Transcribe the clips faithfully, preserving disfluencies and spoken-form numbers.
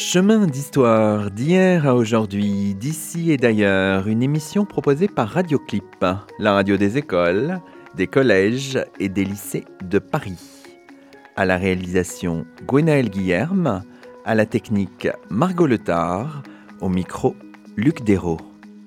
Chemin d'histoire, d'hier à aujourd'hui, d'ici et d'ailleurs, une émission proposée par Radioclip, la radio des écoles, des collèges et des lycées de Paris. À la réalisation, Gwenaëlle Guillerme, à la technique, Margot Letard, au micro, Luc Dérault.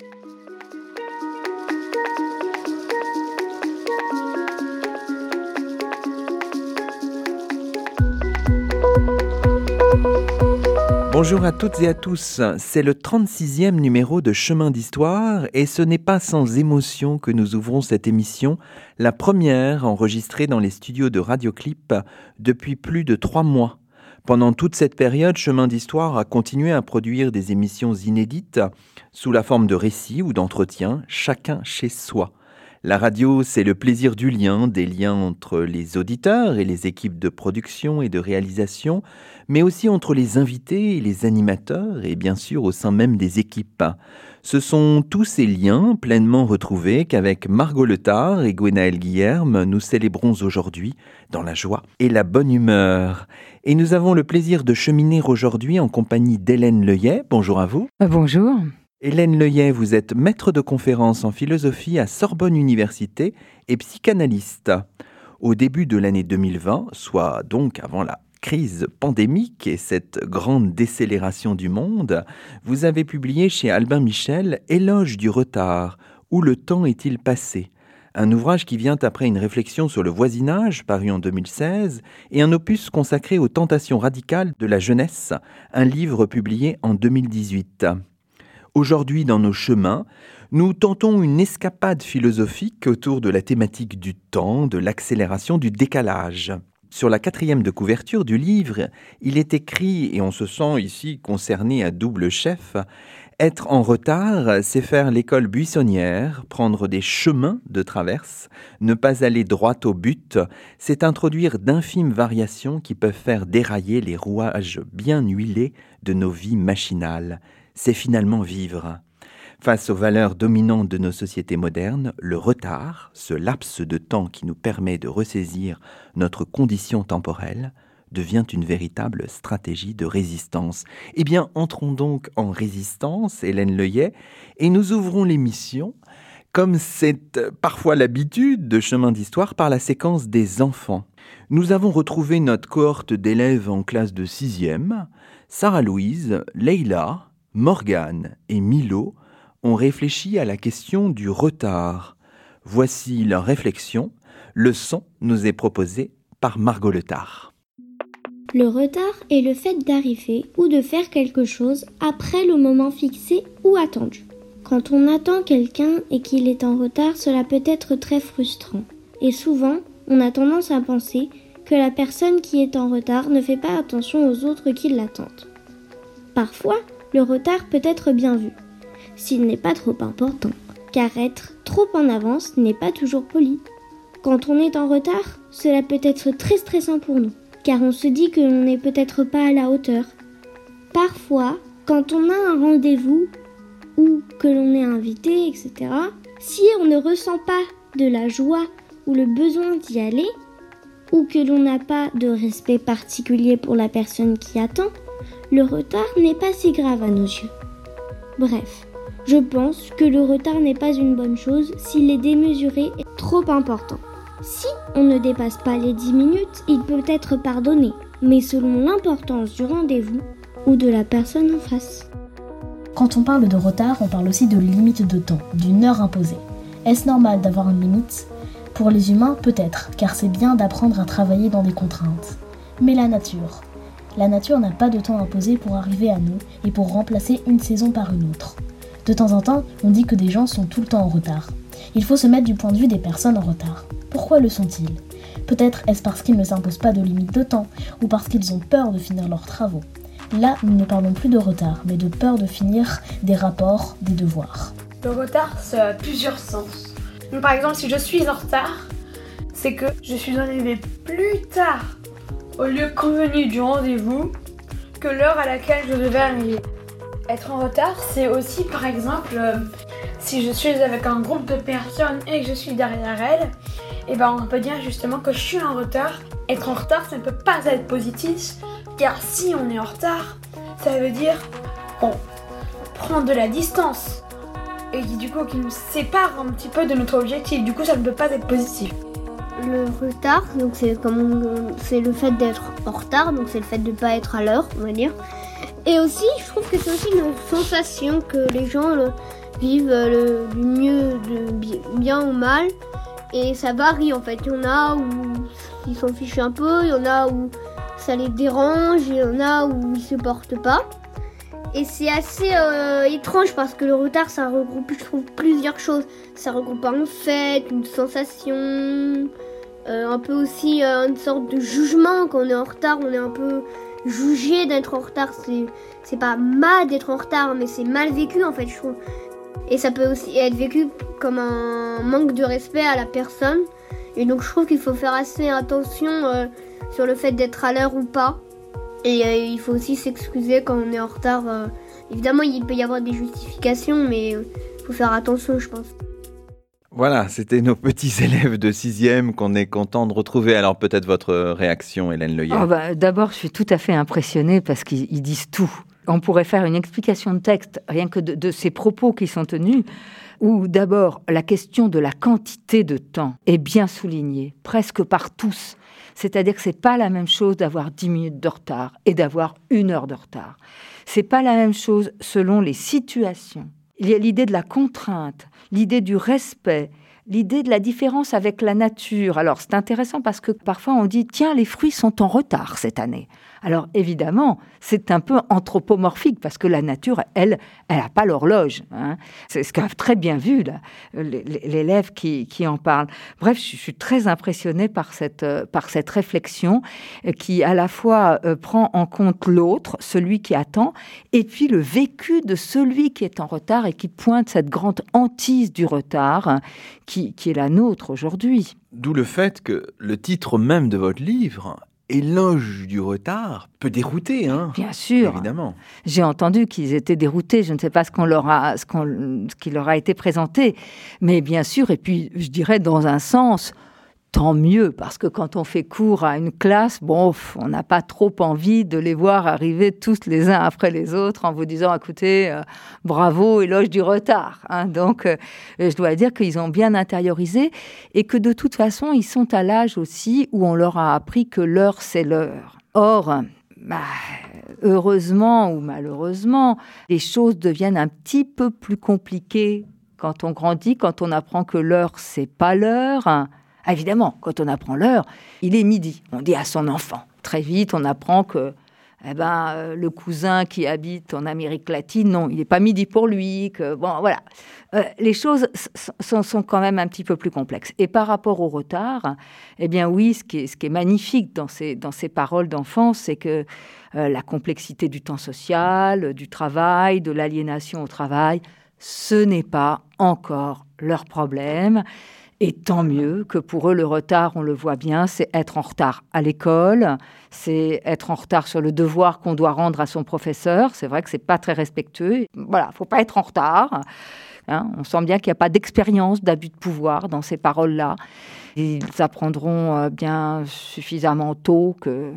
Bonjour à toutes et à tous, c'est le trente-sixième numéro de Chemin d'Histoire et ce n'est pas sans émotion que nous ouvrons cette émission, la première enregistrée dans les studios de Radioclip depuis plus de trois mois. Pendant toute cette période, Chemin d'Histoire a continué à produire des émissions inédites sous la forme de récits ou d'entretiens, chacun chez soi. La radio, c'est le plaisir du lien, des liens entre les auditeurs et les équipes de production et de réalisation, mais aussi entre les invités et les animateurs et bien sûr au sein même des équipes. Ce sont tous ces liens pleinement retrouvés qu'avec Margot Letard et Gwenaëlle Guillerme, nous célébrons aujourd'hui dans la joie et la bonne humeur. Et nous avons le plaisir de cheminer aujourd'hui en compagnie d'Hélène Leuillet. Bonjour à vous. Euh, bonjour. Hélène Leuillet, vous êtes maître de conférences en philosophie à Sorbonne Université et psychanalyste. Au début de l'année deux mille vingt, soit donc avant la crise pandémique et cette grande décélération du monde, vous avez publié chez Albin Michel « Éloge du retard » Où le temps est-il passé ? Un ouvrage qui vient après une réflexion sur le voisinage, paru en deux mille seize, et un opus consacré aux tentations radicales de la jeunesse, un livre publié en deux mille dix-huit. Aujourd'hui, dans nos chemins, nous tentons une escapade philosophique autour de la thématique du temps, de l'accélération, du décalage. Sur la quatrième de couverture du livre, il est écrit, et on se sent ici concerné à double chef, « Être en retard, c'est faire l'école buissonnière, prendre des chemins de traverse, ne pas aller droit au but, c'est introduire d'infimes variations qui peuvent faire dérailler les rouages bien huilés de nos vies machinales. C'est finalement vivre. » Face aux valeurs dominantes de nos sociétés modernes, le retard, ce laps de temps qui nous permet de ressaisir notre condition temporelle, devient une véritable stratégie de résistance. Eh bien, entrons donc en résistance, Hélène Leuillet, et nous ouvrons l'émission, comme c'est parfois l'habitude de Chemin d'Histoire, par la séquence des enfants. Nous avons retrouvé notre cohorte d'élèves en classe de sixième. Sarah-Louise, Leïla, Morgane et Milo ont réfléchi à la question du retard. Voici leur réflexion. Le son nous est proposé par Margot Letard. Le retard est le fait d'arriver ou de faire quelque chose après le moment fixé ou attendu. Quand on attend quelqu'un et qu'il est en retard, cela peut être très frustrant. Et souvent, on a tendance à penser que la personne qui est en retard ne fait pas attention aux autres qui l'attendent. Parfois, le retard peut être bien vu, s'il n'est pas trop important, car être trop en avance n'est pas toujours poli. Quand on est en retard, cela peut être très stressant pour nous, car on se dit que l'on n'est peut-être pas à la hauteur. Parfois, quand on a un rendez-vous ou que l'on est invité, et cetera, si on ne ressent pas de la joie ou le besoin d'y aller, ou que l'on n'a pas de respect particulier pour la personne qui attend, le retard n'est pas si grave à nos yeux. Bref, je pense que le retard n'est pas une bonne chose s'il est démesuré et trop important. Si on ne dépasse pas les dix minutes, il peut être pardonné, mais selon l'importance du rendez-vous ou de la personne en face. Quand on parle de retard, on parle aussi de limite de temps, d'une heure imposée. Est-ce normal d'avoir une limite ? Pour les humains, peut-être, car c'est bien d'apprendre à travailler dans des contraintes. Mais la nature ? La nature n'a pas de temps imposé pour arriver à nous et pour remplacer une saison par une autre. De temps en temps, on dit que des gens sont tout le temps en retard. Il faut se mettre du point de vue des personnes en retard. Pourquoi le sont-ils ? Peut-être est-ce parce qu'ils ne s'imposent pas de limite de temps ou parce qu'ils ont peur de finir leurs travaux. Là, nous ne parlons plus de retard, mais de peur de finir des rapports, des devoirs. Le retard, ça a plusieurs sens. Donc, par exemple, si je suis en retard, c'est que je suis arrivée plus tard au lieu convenu du rendez-vous que l'heure à laquelle je devais arriver. Être en retard, c'est aussi par exemple euh, si je suis avec un groupe de personnes et que je suis derrière elles, et ben on peut dire justement que je suis en retard. Être en retard, ça ne peut pas être positif, car si on est en retard, ça veut dire on prend de la distance et qui, du coup qui nous sépare un petit peu de notre objectif. Du coup, ça ne peut pas être positif. Le retard, donc c'est comme on- c'est le fait d'être en retard, donc c'est le fait de ne pas être à l'heure, on va dire. Et aussi, je trouve que c'est aussi une sensation que les gens le, vivent euh, le, du mieux, de bi- bien ou mal. Et ça varie en fait. Il y en a où ils s'en fichent un peu, il y en a où ça les dérange, il y en a où ils se portent pas. Et c'est assez euh, étrange parce que le retard, ça regroupe, je trouve, plusieurs choses. Ça regroupe un fait, une sensation, euh, un peu aussi euh, une sorte de jugement. Quand on est en retard, on est un peu jugé d'être en retard. C'est, c'est pas mal d'être en retard, mais c'est mal vécu en fait, je trouve. Et ça peut aussi être vécu comme un manque de respect à la personne. Et donc je trouve qu'il faut faire assez attention euh, sur le fait d'être à l'heure ou pas. Et euh, il faut aussi s'excuser quand on est en retard. euh. Évidemment, il peut y avoir des justifications, mais il faut faire attention, je pense. Voilà, c'était nos petits élèves de sixième qu'on est content de retrouver. Alors peut-être votre réaction, Hélène Leyer. Oh bah, d'abord, je suis tout à fait impressionnée parce qu'ils ils disent tout. On pourrait faire une explication de texte, rien que de, de ces propos qui sont tenus, où d'abord, la question de la quantité de temps est bien soulignée, presque par tous. C'est-à-dire que c'est pas la même chose d'avoir dix minutes de retard et d'avoir une heure de retard. C'est pas la même chose selon les situations. Il y a l'idée de la contrainte, l'idée du respect, l'idée de la différence avec la nature. Alors, c'est intéressant parce que parfois on dit « Tiens, les fruits sont en retard cette année ». Alors, évidemment, c'est un peu anthropomorphique parce que la nature, elle, elle n'a pas l'horloge. Hein. C'est ce qu'a très bien vu là, l'élève qui, qui en parle. Bref, je suis très impressionnée par cette, par cette réflexion qui, à la fois, euh, prend en compte l'autre, celui qui attend, et puis le vécu de celui qui est en retard et qui pointe cette grande hantise du retard hein, qui, qui est la nôtre aujourd'hui. D'où le fait que le titre même de votre livre, Éloge du retard, peut dérouter. Hein, bien sûr. Évidemment. J'ai entendu qu'ils étaient déroutés. Je ne sais pas ce, qu'on leur a, ce, qu'on, ce qui leur a été présenté. Mais bien sûr, et puis je dirais dans un sens, tant mieux. Parce que quand on fait cours à une classe, bon, on n'a pas trop envie de les voir arriver tous les uns après les autres en vous disant, écoutez, euh, bravo, éloge du retard. Hein. Donc, euh, je dois dire qu'ils ont bien intériorisé et que de toute façon, ils sont à l'âge aussi où on leur a appris que l'heure, c'est l'heure. Or, bah, heureusement ou malheureusement, les choses deviennent un petit peu plus compliquées quand on grandit, quand on apprend que l'heure, c'est pas l'heure. Hein. Évidemment, quand on apprend l'heure, il est midi. On dit à son enfant. Très vite, on apprend que eh ben, euh, le cousin qui habite en Amérique latine, non, il n'est pas midi pour lui. Que, bon, voilà. Euh, les choses s- sont, sont quand même un petit peu plus complexes. Et par rapport au retard, eh bien oui, ce qui est, ce qui est magnifique dans ces, dans ces paroles d'enfance, c'est que euh, la complexité du temps social, du travail, de l'aliénation au travail, ce n'est pas encore leur problème. Et tant mieux que pour eux, le retard, on le voit bien, c'est être en retard à l'école, c'est être en retard sur le devoir qu'on doit rendre à son professeur. C'est vrai que c'est pas très respectueux. Voilà, faut pas être en retard. Hein, on sent bien qu'il n'y a pas d'expérience d'abus de pouvoir dans ces paroles-là. Ils apprendront euh, bien suffisamment tôt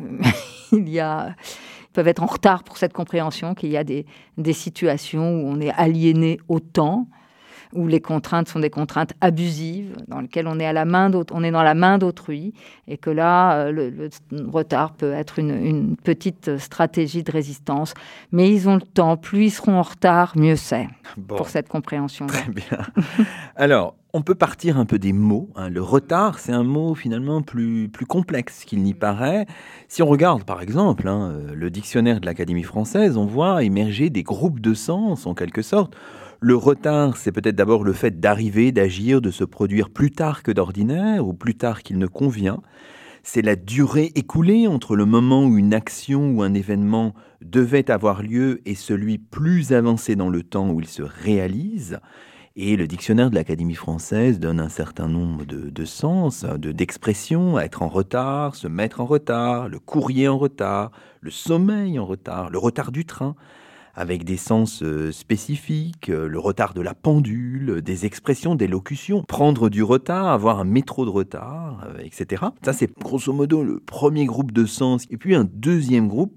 qu'il y a... Ils peuvent être en retard pour cette compréhension qu'il y a des, des situations où on est aliéné au temps, où les contraintes sont des contraintes abusives, dans lesquelles on est, à la main on est dans la main d'autrui, et que là, le, le retard peut être une, une petite stratégie de résistance. Mais ils ont le temps. Plus ils seront en retard, mieux c'est bon, pour cette compréhension. Très bien. Alors, on peut partir un peu des mots. Hein. Le retard, c'est un mot finalement plus, plus complexe qu'il n'y paraît. Si on regarde, par exemple, hein, le dictionnaire de l'Académie française, on voit émerger des groupes de sens, en quelque sorte. Le retard, c'est peut-être d'abord le fait d'arriver, d'agir, de se produire plus tard que d'ordinaire ou plus tard qu'il ne convient. C'est la durée écoulée entre le moment où une action ou un événement devait avoir lieu et celui plus avancé dans le temps où il se réalise. Et le dictionnaire de l'Académie française donne un certain nombre de, de sens, de, d'expressions, être en retard, se mettre en retard, le courrier en retard, le sommeil en retard, le retard du train, avec des sens euh, spécifiques, euh, le retard de la pendule, des expressions, des locutions, prendre du retard, avoir un métro de retard, euh, et cetera. Ça, c'est grosso modo le premier groupe de sens. Et puis un deuxième groupe,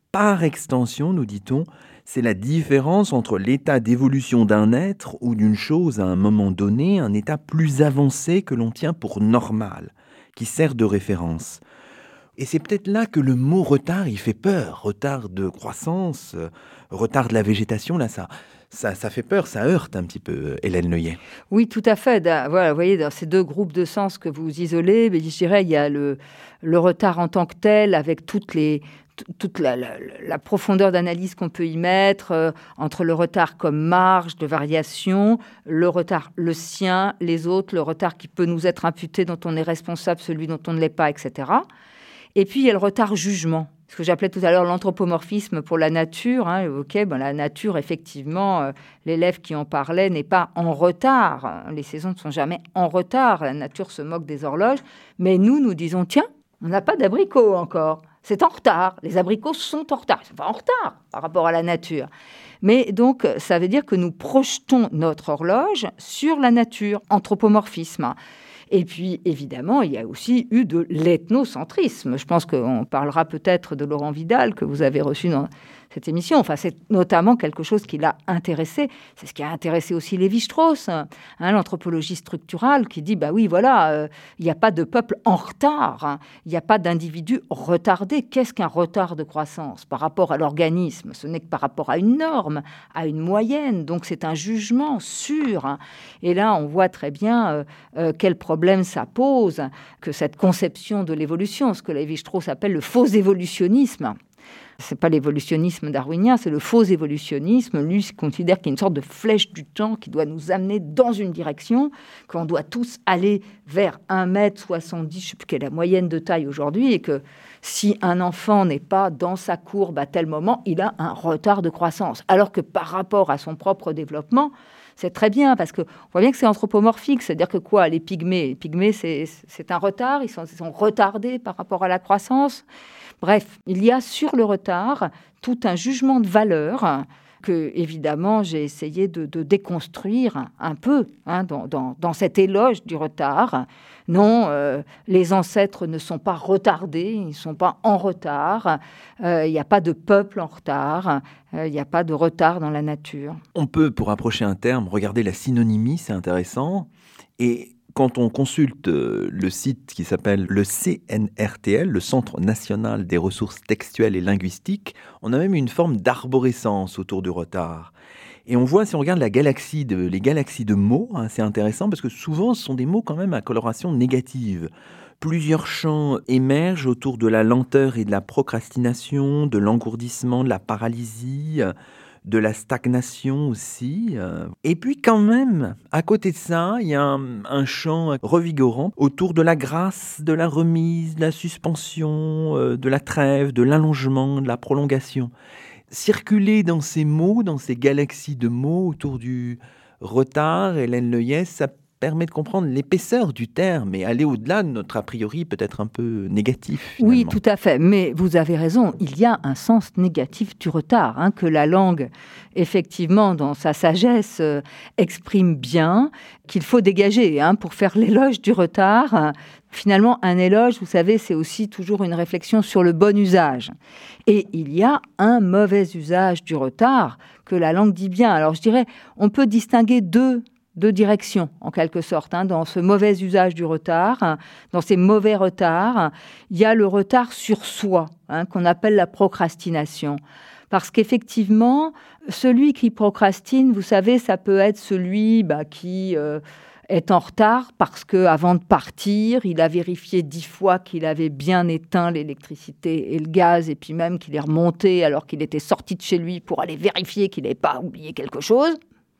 Par extension, nous dit-on, c'est la différence entre l'état d'évolution d'un être ou d'une chose à un moment donné, un état plus avancé que l'on tient pour normal, qui sert de référence. Et c'est peut-être là que le mot retard, il fait peur. Retard de croissance, euh, retard de la végétation, là, ça, ça, ça fait peur, ça heurte un petit peu, Hélène Neuillet. Oui, tout à fait. Da- Voilà, vous voyez, dans ces deux groupes de sens que vous isolez, mais je dirais, il y a le, le retard en tant que tel, avec toutes les, t- toute la, la- la profondeur d'analyse qu'on peut y mettre, euh, entre le retard comme marge de variation, le retard, le sien, les autres, le retard qui peut nous être imputé, dont on est responsable, celui dont on ne l'est pas, et cetera. Et puis, il y a le retard jugement, ce que j'appelais tout à l'heure l'anthropomorphisme pour la nature. Hein, ok, ben, la nature, effectivement, euh, l'élève qui en parlait n'est pas en retard. Les saisons ne sont jamais en retard. La nature se moque des horloges. Mais nous, nous disons, tiens, on n'a pas d'abricots encore. C'est en retard. Les abricots sont en retard. Ils ne sont pas en retard par rapport à la nature. Mais donc, ça veut dire que nous projetons notre horloge sur la nature, anthropomorphisme. Et puis, évidemment, il y a aussi eu de l'ethnocentrisme. Je pense qu'on parlera peut-être de Laurent Vidal, que vous avez reçu dans cette émission. Enfin, c'est notamment quelque chose qui l'a intéressé. C'est ce qui a intéressé aussi Lévi-Strauss, hein, l'anthropologie structurale, qui dit, bah oui, voilà, euh, il n'y a pas de peuple en retard. Hein. Il n'y a pas d'individu retardé. Qu'est-ce qu'un retard de croissance par rapport à l'organisme? Ce n'est que par rapport à une norme, à une moyenne. Donc, c'est un jugement sûr. Hein. Et là, on voit très bien euh, euh, quel problème ça pose, que cette conception de l'évolution, ce que Lévi-Strauss appelle le faux évolutionnisme. Ce n'est pas l'évolutionnisme darwinien, c'est le faux évolutionnisme. Lui, il considère qu'il y a une sorte de flèche du temps qui doit nous amener dans une direction, qu'on doit tous aller vers un mètre soixante-dix, je ne sais plus quelle est la moyenne de taille aujourd'hui, et que si un enfant n'est pas dans sa courbe à tel moment, il a un retard de croissance. Alors que par rapport à son propre développement, c'est très bien, parce qu'on voit bien que c'est anthropomorphique. C'est-à-dire que quoi, les pygmées, les pygmées c'est, c'est un retard, ils sont, ils sont retardés par rapport à la croissance. Bref, il y a sur le retard tout un jugement de valeur que, évidemment, j'ai essayé de, de déconstruire un peu hein, dans, dans, dans cet éloge du retard. Non, euh, les ancêtres ne sont pas retardés, ils ne sont pas en retard. Euh, il n'y a pas de peuple en retard, euh, il n'y a pas de retard dans la nature. On peut, pour approcher un terme, regarder la synonymie, c'est intéressant. Et quand on consulte le site qui s'appelle le C N R T L, le Centre national des ressources textuelles et linguistiques, on a même une forme d'arborescence autour du retard. Et on voit, si on regarde la galaxie de, les galaxies de mots, hein, c'est intéressant parce que souvent ce sont des mots quand même à coloration négative. Plusieurs champs émergent autour de la lenteur et de la procrastination, de l'engourdissement, de la paralysie, de la stagnation aussi. Et puis quand même, à côté de ça, il y a un, un champ revigorant autour de la grâce, de la remise, de la suspension, de la trêve, de l'allongement, de la prolongation. Circuler dans ces mots, dans ces galaxies de mots autour du retard, Hélène Neuillet, ça permet de comprendre l'épaisseur du terme et aller au-delà de notre a priori peut-être un peu négatif. Finalement. Oui, tout à fait. Mais vous avez raison, il y a un sens négatif du retard, hein, que la langue, effectivement, dans sa sagesse, euh, exprime bien, qu'il faut dégager hein, pour faire l'éloge du retard. Finalement, un éloge, vous savez, c'est aussi toujours une réflexion sur le bon usage. Et il y a un mauvais usage du retard que la langue dit bien. Alors, je dirais, on peut distinguer deux deux directions, en quelque sorte. Hein. Dans ce mauvais usage du retard, dans ces mauvais retards, il y a le retard sur soi, hein, qu'on appelle la procrastination. Parce qu'effectivement, celui qui procrastine, vous savez, ça peut être celui bah, qui euh, est en retard parce qu'avant de partir, il a vérifié dix fois qu'il avait bien éteint l'électricité et le gaz, et puis même qu'il est remonté alors qu'il était sorti de chez lui pour aller vérifier qu'il n'avait pas oublié quelque chose.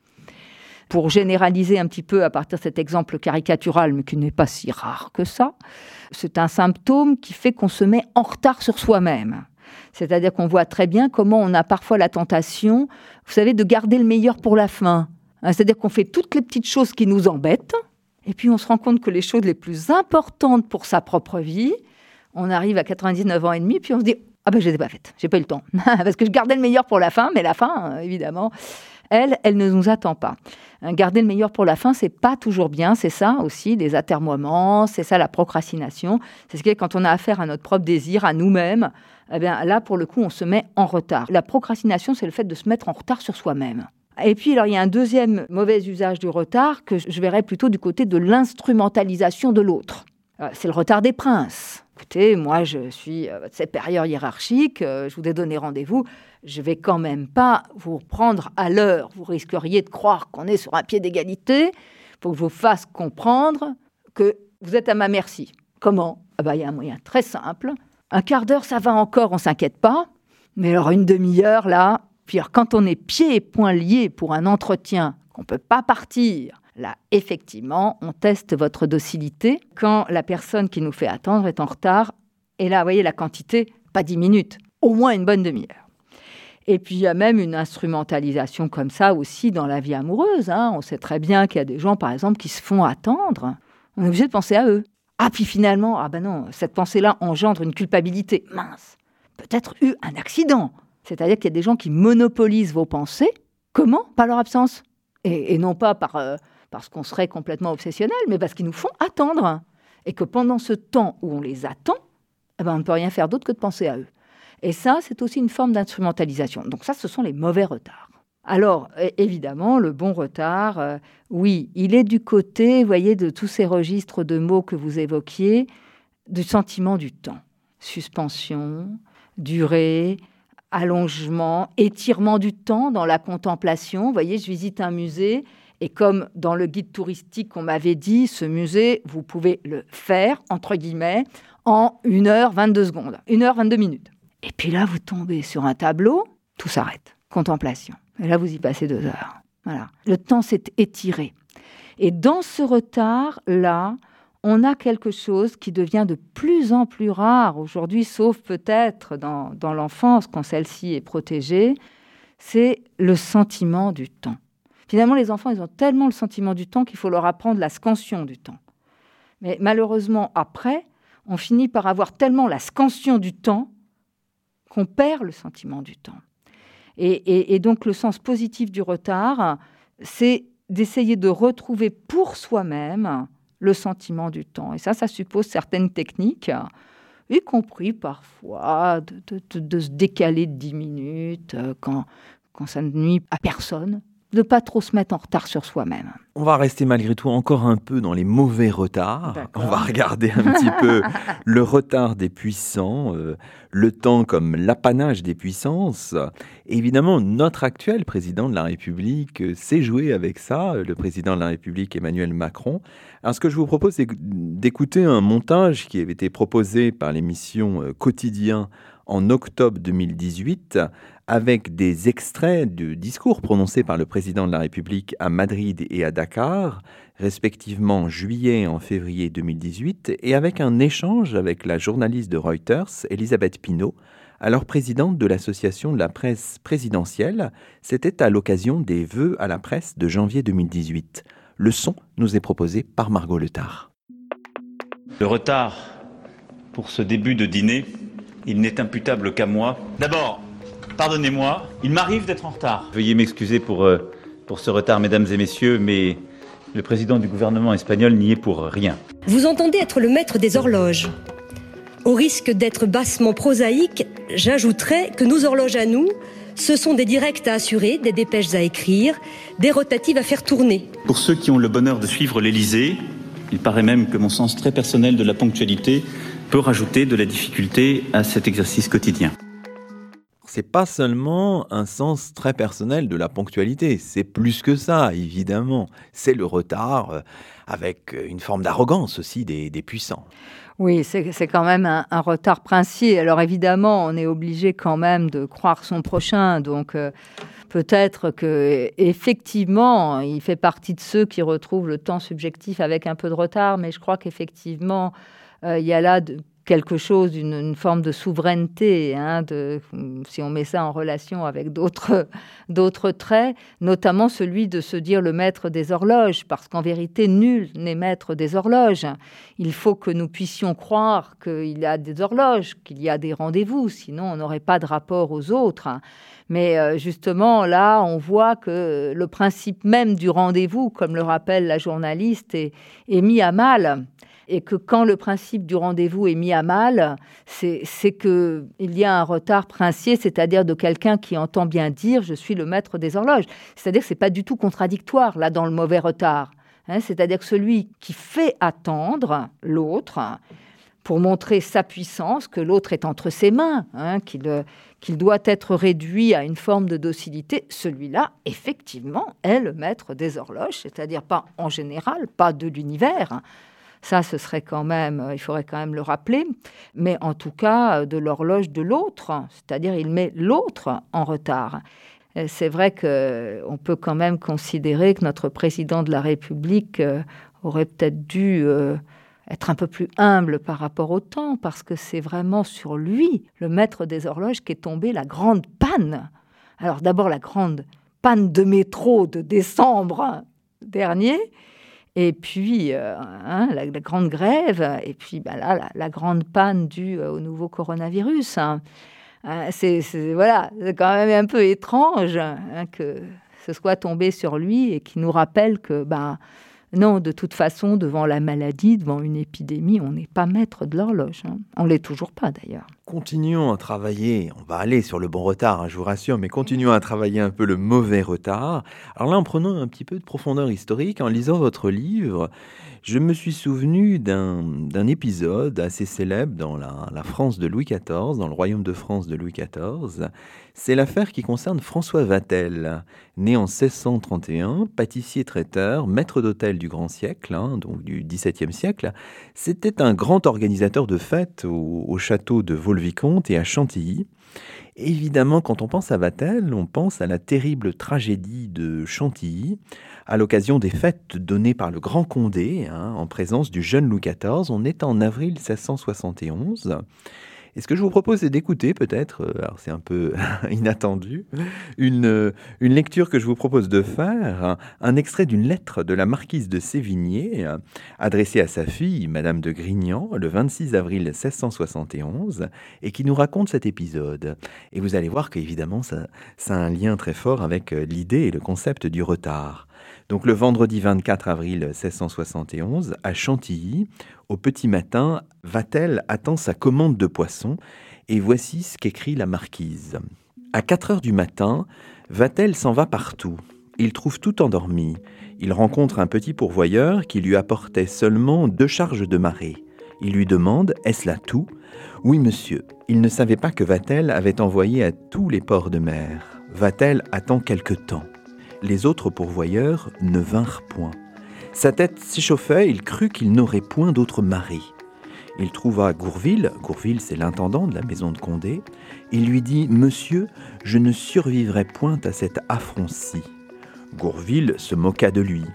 Pour généraliser un petit peu à partir de cet exemple caricatural, mais qui n'est pas si rare que ça, c'est un symptôme qui fait qu'on se met en retard sur soi-même. C'est-à-dire qu'on voit très bien comment on a parfois la tentation, vous savez, de garder le meilleur pour la fin. C'est-à-dire qu'on fait toutes les petites choses qui nous embêtent, et puis on se rend compte que les choses les plus importantes pour sa propre vie, on arrive à quatre-vingt-dix-neuf ans et demi, puis on se dit « Ah ben, je ne les ai pas faites, j'ai pas eu le temps. » Parce que je gardais le meilleur pour la fin, mais la fin, évidemment... elle, elle ne nous attend pas. Garder le meilleur pour la fin, c'est pas toujours bien, c'est ça aussi, les atermoiements, c'est ça la procrastination. C'est ce qui est quand on a affaire à notre propre désir, à nous-mêmes, eh bien là, pour le coup, on se met en retard. La procrastination, c'est le fait de se mettre en retard sur soi-même. Et puis, alors, il y a un deuxième mauvais usage du retard que je verrais plutôt du côté de l'instrumentalisation de l'autre. C'est le retard des princes. Écoutez, moi, je suis votre supérieur hiérarchique, je vous ai donné rendez-vous, je ne vais quand même pas vous prendre à l'heure. Vous risqueriez de croire qu'on est sur un pied d'égalité. Il faut que je vous fasse comprendre que vous êtes à ma merci. Comment ? Ah ben, il y a un moyen très simple. Un quart d'heure, ça va encore, on ne s'inquiète pas. Mais alors, une demi-heure, là... Puis alors, quand on est pieds et poings liés pour un entretien, qu'on ne peut pas partir... Là, effectivement, on teste votre docilité quand la personne qui nous fait attendre est en retard. Et là, vous voyez, la quantité, pas dix minutes, au moins une bonne demi-heure. Et puis, il y a même une instrumentalisation comme ça aussi dans la vie amoureuse. Hein. On sait très bien qu'il y a des gens, par exemple, qui se font attendre. On est obligé de penser à eux. Ah, puis finalement, ah ben non, cette pensée-là engendre une culpabilité. Mince, peut-être eu un accident. C'est-à-dire qu'il y a des gens qui monopolisent vos pensées. Comment ? Par leur absence. Et, et non pas par... Euh, parce qu'on serait complètement obsessionnel, mais parce qu'ils nous font attendre. Et que pendant ce temps où on les attend, eh ben on ne peut rien faire d'autre que de penser à eux. Et ça, c'est aussi une forme d'instrumentalisation. Donc ça, ce sont les mauvais retards. Alors, évidemment, le bon retard, euh, oui, il est du côté, vous voyez, de tous ces registres de mots que vous évoquiez, du sentiment du temps. Suspension, durée, allongement, étirement du temps dans la contemplation. Vous voyez, je visite un musée... Et comme dans le guide touristique, on m'avait dit, ce musée, vous pouvez le faire, entre guillemets, en une heure vingt-deux secondes, une heure vingt-deux minutes. Et puis là, vous tombez sur un tableau, tout s'arrête. Contemplation. Et là, vous y passez deux heures. Voilà. Le temps s'est étiré. Et dans ce retard-là, on a quelque chose qui devient de plus en plus rare aujourd'hui, sauf peut-être dans, dans l'enfance, quand celle-ci est protégée, c'est le sentiment du temps. Finalement, les enfants, ils ont tellement le sentiment du temps qu'il faut leur apprendre la scansion du temps. Mais malheureusement, après, on finit par avoir tellement la scansion du temps qu'on perd le sentiment du temps. Et, et, et donc, le sens positif du retard, c'est d'essayer de retrouver pour soi-même le sentiment du temps. Et ça, ça suppose certaines techniques, y compris parfois de, de, de, de se décaler de dix minutes quand, quand ça ne nuit à personne. De ne pas trop se mettre en retard sur soi-même. On va rester malgré tout encore un peu dans les mauvais retards. D'accord. On va regarder un petit peu le retard des puissants, euh, le temps comme l'apanage des puissances. Et évidemment, notre actuel président de la République euh, s'est joué avec ça, le président de la République Emmanuel Macron. Alors, ce que je vous propose, c'est d'écouter un montage qui avait été proposé par l'émission euh, Quotidien en octobre deux mille dix-huit, avec des extraits de discours prononcés par le président de la République à Madrid et à Dakar, respectivement en juillet et en février deux mille dix-huit, et avec un échange avec la journaliste de Reuters, Elisabeth Pinault, alors présidente de l'association de la presse présidentielle. C'était à l'occasion des vœux à la presse de janvier deux mille dix-huit. Le son nous est proposé par Margot Letard. Le retard pour ce début de dîner, il n'est imputable qu'à moi. D'abord, pardonnez-moi, il m'arrive d'être en retard. Veuillez m'excuser pour, euh, pour ce retard, mesdames et messieurs, mais le président du gouvernement espagnol n'y est pour rien. Vous entendez être le maître des horloges. Au risque d'être bassement prosaïque, j'ajouterai que nos horloges à nous, ce sont des directs à assurer, des dépêches à écrire, des rotatives à faire tourner. Pour ceux qui ont le bonheur de suivre l'Élysée, il paraît même que mon sens très personnel de la ponctualité peut rajouter de la difficulté à cet exercice quotidien. C'est pas seulement un sens très personnel de la ponctualité, c'est plus que ça, évidemment. C'est le retard euh, avec une forme d'arrogance aussi des, des puissants. Oui, c'est, c'est quand même un, un retard princier. Alors évidemment, on est obligé quand même de croire son prochain, donc euh, peut-être qu'effectivement, il fait partie de ceux qui retrouvent le temps subjectif avec un peu de retard, mais je crois qu'effectivement, euh, il y a là de, quelque chose, d'une une forme de souveraineté, hein, de, si on met ça en relation avec d'autres, d'autres traits, notamment celui de se dire le maître des horloges, parce qu'en vérité, nul n'est maître des horloges. Il faut que nous puissions croire qu'il y a des horloges, qu'il y a des rendez-vous, sinon on n'aurait pas de rapport aux autres. Mais euh, justement, là, on voit que le principe même du rendez-vous, comme le rappelle la journaliste, est, est mis à mal. Et que quand le principe du rendez-vous est mis à mal, c'est, c'est qu'il y a un retard princier, c'est-à-dire de quelqu'un qui entend bien dire « je suis le maître des horloges ». C'est-à-dire que ce n'est pas du tout contradictoire, là, dans le mauvais retard. Hein, c'est-à-dire que celui qui fait attendre l'autre pour montrer sa puissance, que l'autre est entre ses mains, hein, qu'il, qu'il doit être réduit à une forme de docilité, celui-là, effectivement, est le maître des horloges, c'est-à-dire pas en général, pas de l'univers. Ça, ce serait quand même, il faudrait quand même le rappeler, mais en tout cas de l'horloge de l'autre, c'est-à-dire il met l'autre en retard. C'est vrai qu'on peut quand même considérer que notre président de la République aurait peut-être dû être un peu plus humble par rapport au temps, parce que c'est vraiment sur lui, le maître des horloges, qu'est tombée la grande panne. Alors d'abord la grande panne de métro de décembre dernier, et puis euh, hein, la, la grande grève, et puis bah, là, la, la grande panne due euh, au nouveau coronavirus. Hein. Euh, c'est, c'est, voilà, c'est quand même un peu étrange hein, que ce soit tombé sur lui et qui nous rappelle que bah, non, de toute façon, devant la maladie, devant une épidémie, on n'est pas maître de l'horloge. Hein. On ne l'est toujours pas d'ailleurs. Continuons à travailler, on va aller sur le bon retard, hein, je vous rassure, mais continuons à travailler un peu le mauvais retard. Alors là, en prenant un petit peu de profondeur historique, en lisant votre livre, je me suis souvenu d'un, d'un épisode assez célèbre dans la, la France de Louis quatorze, dans le royaume de France de Louis quatorze. C'est l'affaire qui concerne François Vatel, né en seize cent trente et un, pâtissier-traiteur, maître d'hôtel du grand siècle, hein, donc du dix-septième siècle. C'était un grand organisateur de fêtes au, au château de Vaux-le-Vicomte et à Chantilly. Évidemment, quand on pense à Vatel, on pense à la terrible tragédie de Chantilly, à l'occasion des fêtes données par le Grand Condé, hein, en présence du jeune Louis quatorze. On est en avril seize cent soixante et onze. Et ce que je vous propose, c'est d'écouter peut-être, alors c'est un peu inattendu, une, une lecture que je vous propose de faire, un, un extrait d'une lettre de la marquise de Sévigné, adressée à sa fille, Madame de Grignan, le vingt-six avril seize cent soixante et onze, et qui nous raconte cet épisode. Et vous allez voir qu'évidemment, ça, ça a un lien très fort avec l'idée et le concept du retard. Donc le vendredi vingt-quatre avril seize cent soixante et onze, à Chantilly, au petit matin, Vatel attend sa commande de poissons et voici ce qu'écrit la marquise. À quatre heures du matin, Vatel s'en va partout. Il trouve tout endormi. Il rencontre un petit pourvoyeur qui lui apportait seulement deux charges de marée. Il lui demande « Est-ce là tout ?» « Oui, monsieur. » Il ne savait pas que Vatel avait envoyé à tous les ports de mer. Vatel attend quelque temps. Les autres pourvoyeurs ne vinrent point. Sa tête s'échauffait, il crut qu'il n'aurait point d'autre marée. Il trouva Gourville, Gourville c'est l'intendant de la maison de Condé, il lui dit « Monsieur, je ne survivrai point à cet affront-ci. » Gourville se moqua de lui.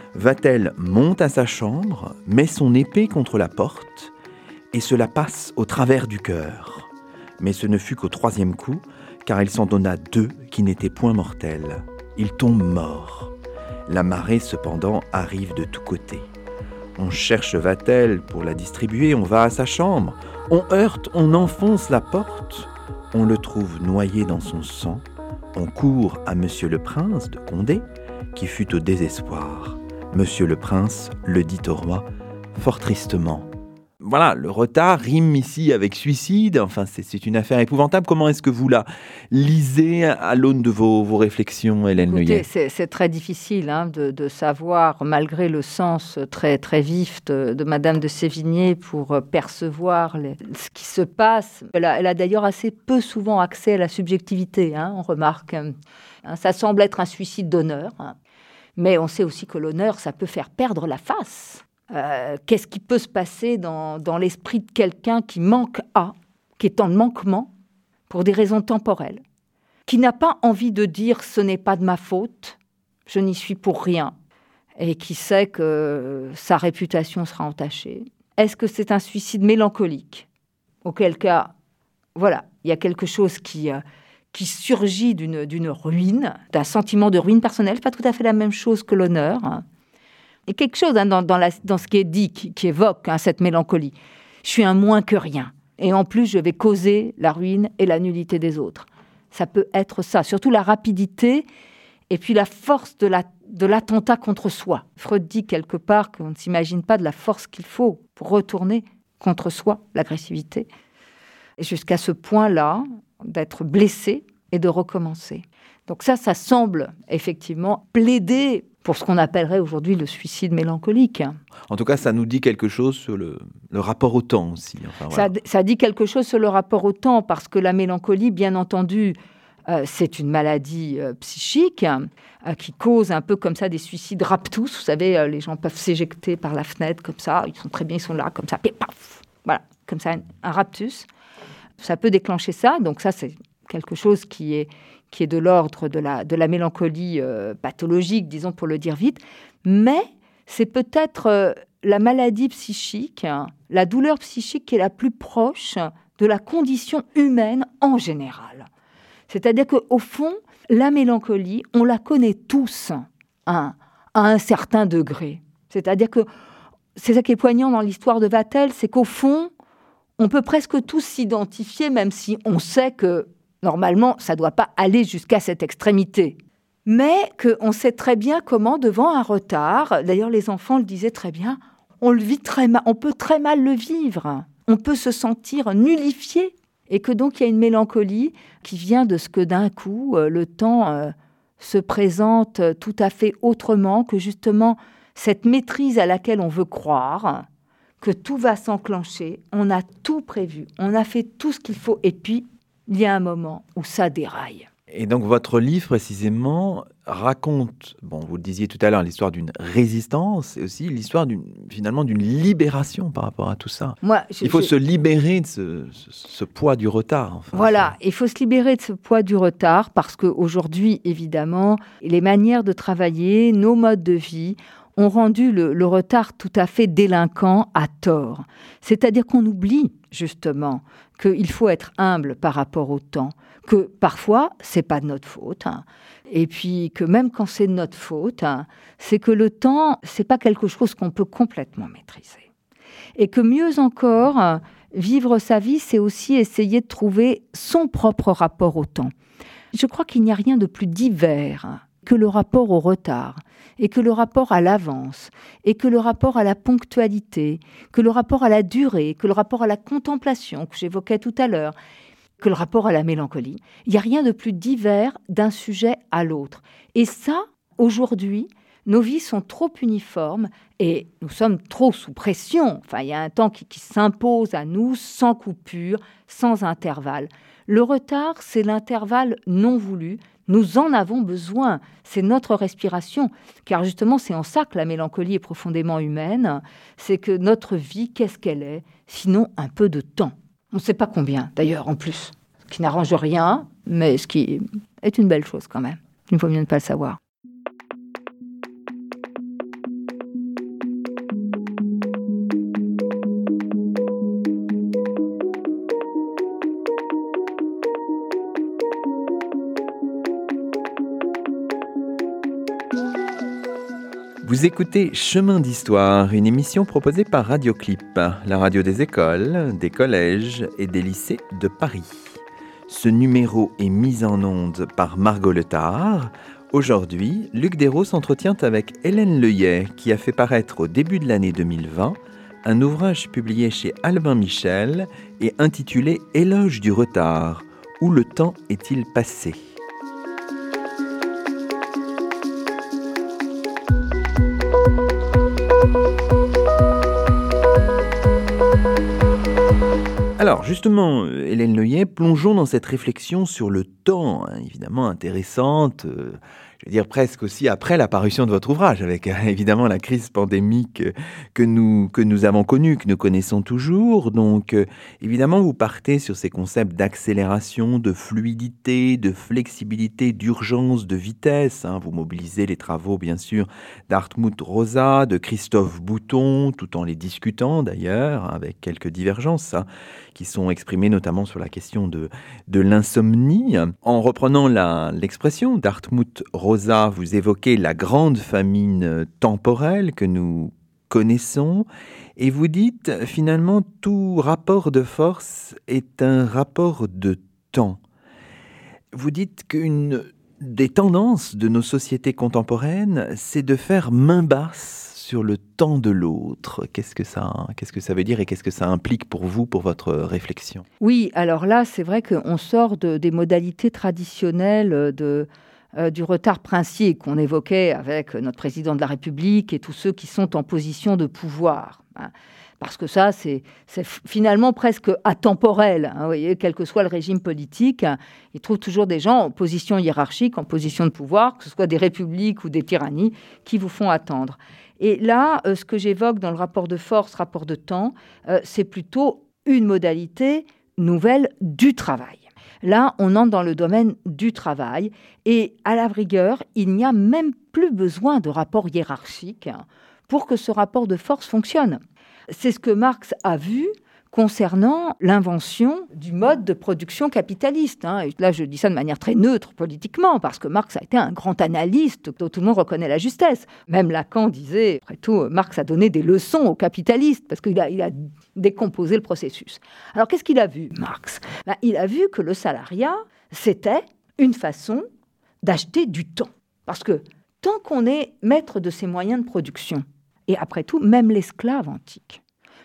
Vatel monte à sa chambre, met son épée contre la porte, et se la passe au travers du cœur. Mais ce ne fut qu'au troisième coup, car il s'en donna deux qui n'étaient point mortels. Il tombe mort. La marée, cependant, arrive de tous côtés. On cherche Vatel pour la distribuer, on va à sa chambre. On heurte, on enfonce la porte. On le trouve noyé dans son sang. On court à Monsieur le Prince de Condé, qui fut au désespoir. Monsieur le Prince le dit au roi, fort tristement. Voilà, le retard rime ici avec suicide. Enfin, c'est, c'est une affaire épouvantable. Comment est-ce que vous la lisez à l'aune de vos, vos réflexions, Hélène Neuillet ? c'est, c'est très difficile hein, de, de savoir, malgré le sens très, très vif de, de Madame de Sévigné, pour percevoir les, ce qui se passe. Elle a, elle a d'ailleurs assez peu souvent accès à la subjectivité, hein, on remarque. Hein, ça semble être un suicide d'honneur, hein, mais on sait aussi que l'honneur, ça peut faire perdre la face. Euh, qu'est-ce qui peut se passer dans, dans l'esprit de quelqu'un qui manque à, qui est en manquement pour des raisons temporelles, qui n'a pas envie de dire « ce n'est pas de ma faute, je n'y suis pour rien », et qui sait que sa réputation sera entachée. Est-ce que c'est un suicide mélancolique ? auquel cas, voilà, il y a quelque chose qui, euh, qui surgit d'une, d'une ruine, d'un sentiment de ruine personnelle. C'est pas tout à fait la même chose que l'honneur. Hein. Et quelque chose hein, dans, dans, la, dans ce qui est dit, qui, qui évoque hein, cette mélancolie. Je suis un moins que rien. Et en plus, je vais causer la ruine et la nullité des autres. Ça peut être ça, surtout la rapidité et puis la force de, la, de l'attentat contre soi. Freud dit quelque part qu'on ne s'imagine pas de la force qu'il faut pour retourner contre soi, l'agressivité. Et jusqu'à ce point-là, d'être blessé et de recommencer. Donc ça, ça semble effectivement plaider pour ce qu'on appellerait aujourd'hui le suicide mélancolique. En tout cas, ça nous dit quelque chose sur le, le rapport au temps aussi. Enfin, voilà. ça, ça dit quelque chose sur le rapport au temps, parce que la mélancolie, bien entendu, euh, c'est une maladie euh, psychique euh, qui cause un peu comme ça des suicides raptus. Vous savez, euh, les gens peuvent s'éjecter par la fenêtre comme ça, ils sont très bien, ils sont là, comme ça, et paf, voilà, comme ça, un, un raptus. Ça peut déclencher ça, donc ça, c'est quelque chose qui est... qui est de l'ordre de la, de la mélancolie euh, pathologique, disons pour le dire vite, mais c'est peut-être euh, la maladie psychique, hein, la douleur psychique qui est la plus proche de la condition humaine en général. C'est-à-dire qu'au fond, la mélancolie, on la connaît tous hein, à un certain degré. C'est-à-dire que c'est ça qui est poignant dans l'histoire de Vatel, c'est qu'au fond, on peut presque tous s'identifier, même si on sait que normalement, ça ne doit pas aller jusqu'à cette extrémité. Mais qu'on sait très bien comment, devant un retard, d'ailleurs les enfants le disaient très bien, on le vit très mal, on peut très mal le vivre. On peut se sentir nullifié. Et que donc il y a une mélancolie qui vient de ce que d'un coup, euh, le temps euh, se présente tout à fait autrement, que justement cette maîtrise à laquelle on veut croire, que tout va s'enclencher, on a tout prévu, on a fait tout ce qu'il faut, et puis il y a un moment où ça déraille. Et donc votre livre précisément raconte, bon vous le disiez tout à l'heure, l'histoire d'une résistance et aussi l'histoire d'une, finalement d'une libération par rapport à tout ça. Moi, je, il faut je... se libérer de ce, ce, ce poids du retard. Enfin, voilà, c'est... il faut se libérer de ce poids du retard parce qu'aujourd'hui, évidemment, les manières de travailler, nos modes de vie ont rendu le, le retard tout à fait délinquant à tort. C'est-à-dire qu'on oublie justement qu'il faut être humble par rapport au temps, que parfois, c'est pas de notre faute, hein. Et puis que même quand c'est de notre faute, hein, c'est que le temps, c'est pas quelque chose qu'on peut complètement maîtriser. Et que mieux encore, hein, vivre sa vie, c'est aussi essayer de trouver son propre rapport au temps. Je crois qu'il n'y a rien de plus divers hein, que le rapport au retard, et que le rapport à l'avance, et que le rapport à la ponctualité, que le rapport à la durée, que le rapport à la contemplation que j'évoquais tout à l'heure, que le rapport à la mélancolie. Il n'y a rien de plus divers d'un sujet à l'autre. Et ça, aujourd'hui, nos vies sont trop uniformes et nous sommes trop sous pression. Enfin, il y a un temps qui, qui s'impose à nous sans coupure, sans intervalle. Le retard, c'est l'intervalle non voulu. Nous en avons besoin. C'est notre respiration. Car justement, c'est en ça que la mélancolie est profondément humaine. C'est que notre vie, qu'est-ce qu'elle est ? Sinon, un peu de temps. On ne sait pas combien, d'ailleurs, en plus. Ce qui n'arrange rien, mais ce qui est une belle chose quand même. Il vaut mieux ne pas le savoir. Vous écoutez Chemin d'Histoire, une émission proposée par Radioclip, la radio des écoles, des collèges et des lycées de Paris. Ce numéro est mis en onde par Margot Letard. Aujourd'hui, Luc Dérault s'entretient avec Hélène Leuillet, qui a fait paraître au début de l'année deux mille vingt un ouvrage publié chez Albin Michel et intitulé « Éloge du retard » Où le temps est-il passé ? Alors justement, Hélène Leuillet, plongeons dans cette réflexion sur le temps, hein, évidemment intéressante. Euh, je veux dire presque aussi après la parution de votre ouvrage, avec euh, évidemment la crise pandémique euh, que nous, que nous avons connue, que nous connaissons toujours. Donc euh, évidemment, vous partez sur ces concepts d'accélération, de fluidité, de flexibilité, d'urgence, de vitesse. Hein. Vous mobilisez les travaux, bien sûr, d'Hartmut Rosa, de Christophe Bouton, tout en les discutant d'ailleurs, avec quelques divergences hein, qui sont exprimées notamment sur la question de, de l'insomnie. En reprenant la, l'expression d'Hartmut Rosa, vous évoquez la grande famine temporelle que nous connaissons et vous dites finalement tout rapport de force est un rapport de temps. Vous dites qu'une des tendances de nos sociétés contemporaines, c'est de faire main basse sur le temps de l'autre. Qu'est-ce que ça, qu'est-ce que ça veut dire et qu'est-ce que ça implique pour vous, pour votre réflexion ? Oui, alors là, c'est vrai qu'on sort de, des modalités traditionnelles de, euh, du retard princier qu'on évoquait avec notre président de la République et tous ceux qui sont en position de pouvoir. Hein. Parce que ça, c'est, c'est finalement presque atemporel. Hein, vous voyez, quel que soit le régime politique, hein, il trouve toujours des gens en position hiérarchique, en position de pouvoir, que ce soit des républiques ou des tyrannies, qui vous font attendre. Et là, euh, ce que j'évoque dans le rapport de force, rapport de temps, euh, c'est plutôt une modalité nouvelle du travail. Là, on entre dans le domaine du travail et à la rigueur, il n'y a même plus besoin de rapport hiérarchique pour que ce rapport de force fonctionne. C'est ce que Marx a vu concernant l'invention du mode de production capitaliste. Hein. Et là, je dis ça de manière très neutre politiquement, parce que Marx a été un grand analyste dont tout le monde reconnaît la justesse. Même Lacan disait, après tout, Marx a donné des leçons aux capitalistes, parce qu'il a, il a décomposé le processus. Alors, qu'est-ce qu'il a vu, Marx ? Ben, il a vu que le salariat, c'était une façon d'acheter du temps. Parce que tant qu'on est maître de ses moyens de production, et après tout, même l'esclave antique,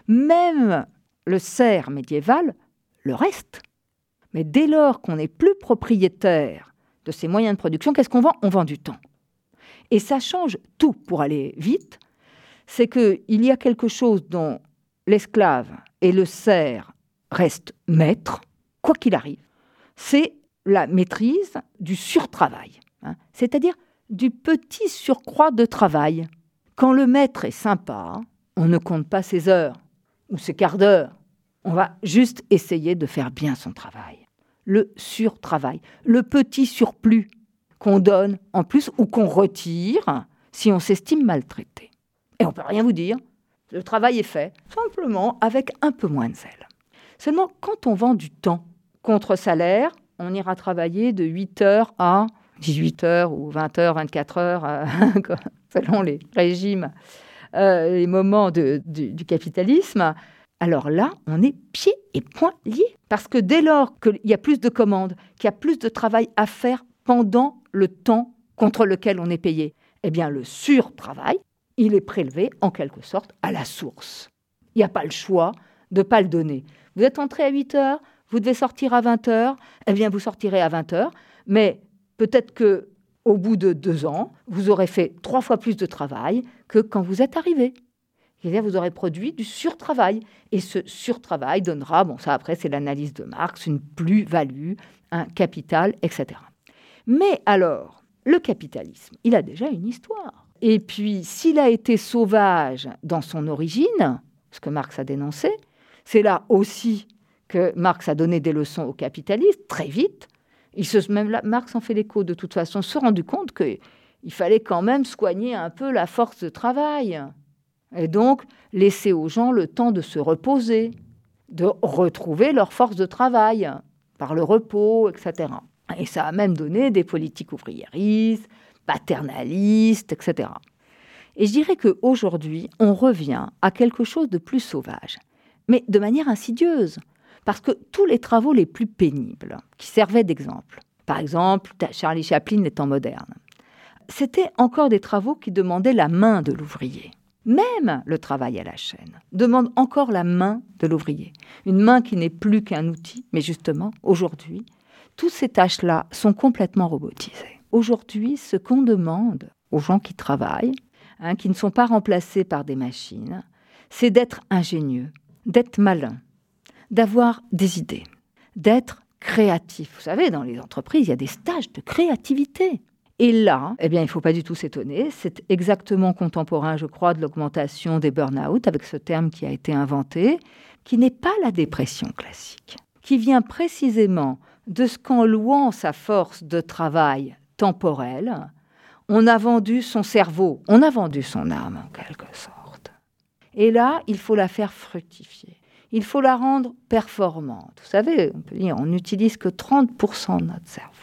même le serf médiéval le reste. Mais dès lors qu'on n'est plus propriétaire de ses moyens de production, qu'est-ce qu'on vend ? On vend du temps. Et ça change tout pour aller vite. C'est qu'il y a quelque chose dont l'esclave et le serf restent maîtres, quoi qu'il arrive. C'est la maîtrise du surtravail, hein, c'est-à-dire du petit surcroît de travail. Quand le maître est sympa, on ne compte pas ses heures ou ses quarts d'heure. On va juste essayer de faire bien son travail. Le surtravail, le petit surplus qu'on donne en plus ou qu'on retire si on s'estime maltraité. Et on ne peut rien vous dire. Le travail est fait, simplement avec un peu moins de zèle. Seulement, quand on vend du temps contre salaire, on ira travailler de huit heures à dix-huit heures ou vingt heures, vingt-quatre heures, euh, selon les régimes, euh, les moments de, du, du capitalisme. Alors là, on est pieds et poings liés. Parce que dès lors qu'il y a plus de commandes, qu'il y a plus de travail à faire pendant le temps contre lequel on est payé, eh bien le surtravail, il est prélevé en quelque sorte à la source. Il n'y a pas le choix de ne pas le donner. Vous êtes entré à huit heures, vous devez sortir à vingt heures, eh bien vous sortirez à vingt heures, mais peut-être qu'au bout de deux ans, vous aurez fait trois fois plus de travail que quand vous êtes arrivé. C'est-à-dire vous aurez produit du surtravail. Et ce surtravail donnera, bon ça après c'est l'analyse de Marx, une plus-value, un capital, et cetera. Mais alors, le capitalisme, il a déjà une histoire. Et puis, s'il a été sauvage dans son origine, ce que Marx a dénoncé, c'est là aussi que Marx a donné des leçons aux capitalistes, très vite. Il se, même là, Marx en fait l'écho de toute façon, se rendu compte qu'il fallait quand même soigner un peu la force de travail. Et donc, laisser aux gens le temps de se reposer, de retrouver leur force de travail par le repos, et cetera. Et ça a même donné des politiques ouvriéristes, paternalistes, et cetera. Et je dirais qu'aujourd'hui, on revient à quelque chose de plus sauvage, mais de manière insidieuse, parce que tous les travaux les plus pénibles, qui servaient d'exemple, par exemple, Charlie Chaplin, les temps modernes, c'était encore des travaux qui demandaient la main de l'ouvrier. Même le travail à la chaîne demande encore la main de l'ouvrier. Une main qui n'est plus qu'un outil, mais justement, aujourd'hui, toutes ces tâches-là sont complètement robotisées. Aujourd'hui, ce qu'on demande aux gens qui travaillent, hein, qui ne sont pas remplacés par des machines, c'est d'être ingénieux, d'être malin, d'avoir des idées, d'être créatif. Vous savez, dans les entreprises, il y a des stages de créativité. Et là, eh bien, il ne faut pas du tout s'étonner. C'est exactement contemporain, je crois, de l'augmentation des burn-out, avec ce terme qui a été inventé, qui n'est pas la dépression classique, qui vient précisément de ce qu'en louant sa force de travail temporelle, on a vendu son cerveau, on a vendu son âme en quelque sorte. Et là, il faut la faire fructifier. Il faut la rendre performante. Vous savez, on peut dire, on n'utilise que trente pour cent de notre cerveau.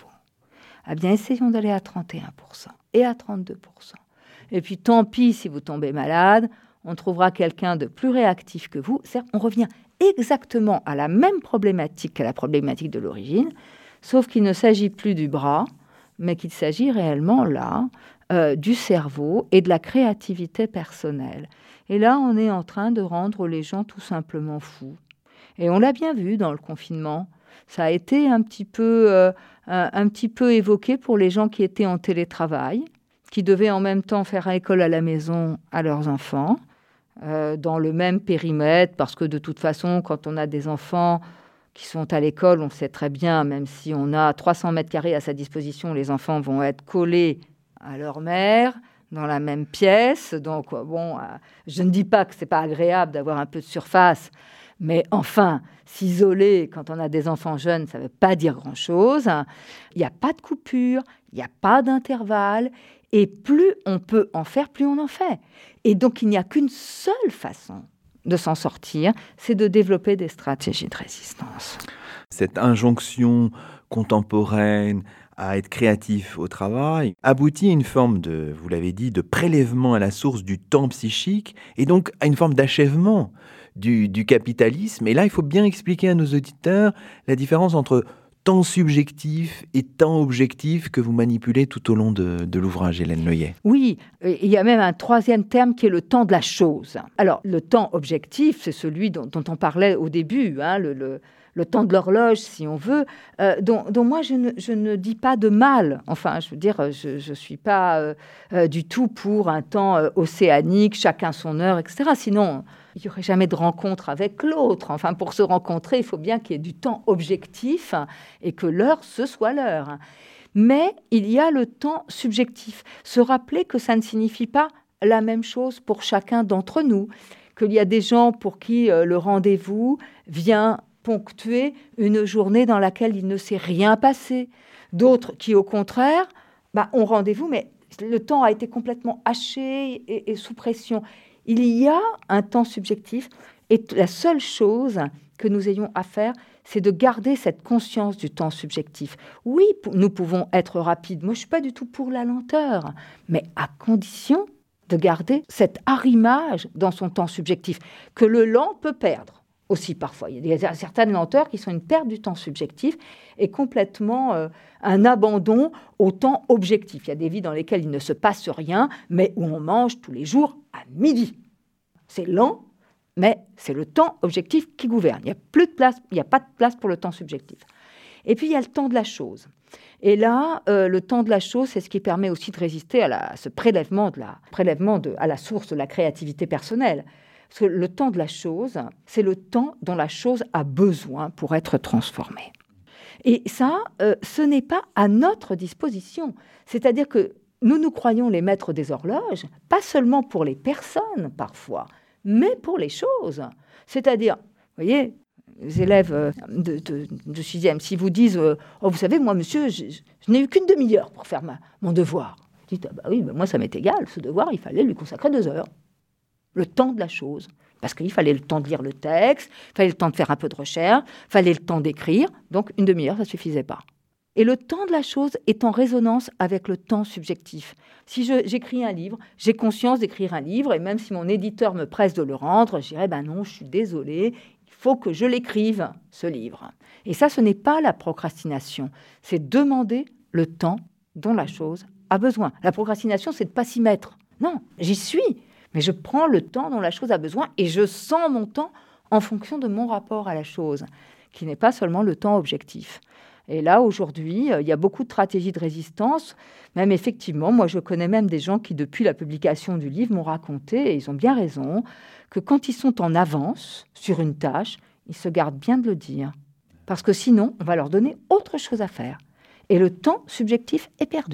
Eh bien, essayons d'aller à trente et un pour cent et à trente-deux pour cent. Et puis, tant pis si vous tombez malade, on trouvera quelqu'un de plus réactif que vous. C'est-à-dire, on revient exactement à la même problématique qu'à la problématique de l'origine, sauf qu'il ne s'agit plus du bras, mais qu'il s'agit réellement, là, euh, du cerveau et de la créativité personnelle. Et là, on est en train de rendre les gens tout simplement fous. Et on l'a bien vu dans le confinement. Ça a été un petit peu, euh, un, un petit peu évoqué pour les gens qui étaient en télétravail, qui devaient en même temps faire l'école à la maison à leurs enfants, euh, dans le même périmètre, parce que de toute façon, quand on a des enfants qui sont à l'école, on sait très bien, même si on a trois cents mètres carrés à sa disposition, les enfants vont être collés à leur mère, dans la même pièce. Donc, bon, euh, je ne dis pas que ce n'est pas agréable d'avoir un peu de surface, mais enfin, s'isoler quand on a des enfants jeunes, ça ne veut pas dire grand-chose. Il n'y a pas de coupure, il n'y a pas d'intervalle. Et plus on peut en faire, plus on en fait. Et donc, il n'y a qu'une seule façon de s'en sortir, c'est de développer des stratégies de résistance. Cette injonction contemporaine à être créatif au travail aboutit à une forme de, vous l'avez dit, de prélèvement à la source du temps psychique et donc à une forme d'achèvement du, du capitalisme. Et là, il faut bien expliquer à nos auditeurs la différence entre temps subjectif et temps objectif que vous manipulez tout au long de, de l'ouvrage, Hélène Leuillet. Oui, il y a même un troisième terme qui est le temps de la chose. Alors, le temps objectif, c'est celui dont, dont on parlait au début, hein, le, le, le temps de l'horloge, si on veut, euh, dont, dont moi, je ne, je ne dis pas de mal. Enfin, je veux dire, je ne suis pas euh, euh, du tout pour un temps euh, océanique, chacun son heure, et cetera. Sinon, il n'y aurait jamais de rencontre avec l'autre. Enfin, pour se rencontrer, il faut bien qu'il y ait du temps objectif et que l'heure, ce soit l'heure. Mais il y a le temps subjectif. Se rappeler que ça ne signifie pas la même chose pour chacun d'entre nous, qu'il y a des gens pour qui euh, le rendez-vous vient ponctuer une journée dans laquelle il ne s'est rien passé. D'autres qui, au contraire, bah, ont rendez-vous, mais le temps a été complètement haché et, et sous pression. Il y a un temps subjectif et la seule chose que nous ayons à faire, c'est de garder cette conscience du temps subjectif. Oui, nous pouvons être rapides. Moi, je ne suis pas du tout pour la lenteur, mais à condition de garder cet arrimage dans son temps subjectif que le lent peut perdre aussi parfois. Il y a certaines lenteurs qui sont une perte du temps subjectif et complètement euh, un abandon au temps objectif. Il y a des vies dans lesquelles il ne se passe rien, mais où on mange tous les jours à midi. C'est lent, mais c'est le temps objectif qui gouverne. Il n'y a plus de place, il n'y a pas de place pour le temps subjectif. Et puis, il y a le temps de la chose. Et là, euh, le temps de la chose, c'est ce qui permet aussi de résister à, la, à ce prélèvement, de la, prélèvement de, à la source de la créativité personnelle. Parce que le temps de la chose, c'est le temps dont la chose a besoin pour être transformée. Et ça, euh, ce n'est pas à notre disposition. C'est-à-dire que nous nous croyons les maîtres des horloges, pas seulement pour les personnes parfois, mais pour les choses. C'est-à-dire, vous voyez, les élèves de, de, de sixième, s'ils vous disent euh, « Oh, vous savez, moi, monsieur, je, je n'ai eu qu'une demi-heure pour faire ma, mon devoir. » Vous dites « Ah bah oui, bah moi, ça m'est égal. Ce devoir, il fallait lui consacrer deux heures. » Le temps de la chose. Parce qu'il fallait le temps de lire le texte, il fallait le temps de faire un peu de recherche, il fallait le temps d'écrire. Donc, une demi-heure, ça ne suffisait pas. Et le temps de la chose est en résonance avec le temps subjectif. Si je, j'écris un livre, j'ai conscience d'écrire un livre, et même si mon éditeur me presse de le rendre, je dirais, ben non, je suis désolée, il faut que je l'écrive, ce livre. Et ça, ce n'est pas la procrastination, c'est demander le temps dont la chose a besoin. La procrastination, c'est de ne pas s'y mettre. Non, j'y suis, mais je prends le temps dont la chose a besoin, et je sens mon temps en fonction de mon rapport à la chose, qui n'est pas seulement le temps objectif. Et là, aujourd'hui, il y a beaucoup de stratégies de résistance. Même effectivement, moi, je connais même des gens qui, depuis la publication du livre, m'ont raconté, et ils ont bien raison, que quand ils sont en avance sur une tâche, ils se gardent bien de le dire. Parce que sinon, on va leur donner autre chose à faire. Et le temps subjectif est perdu.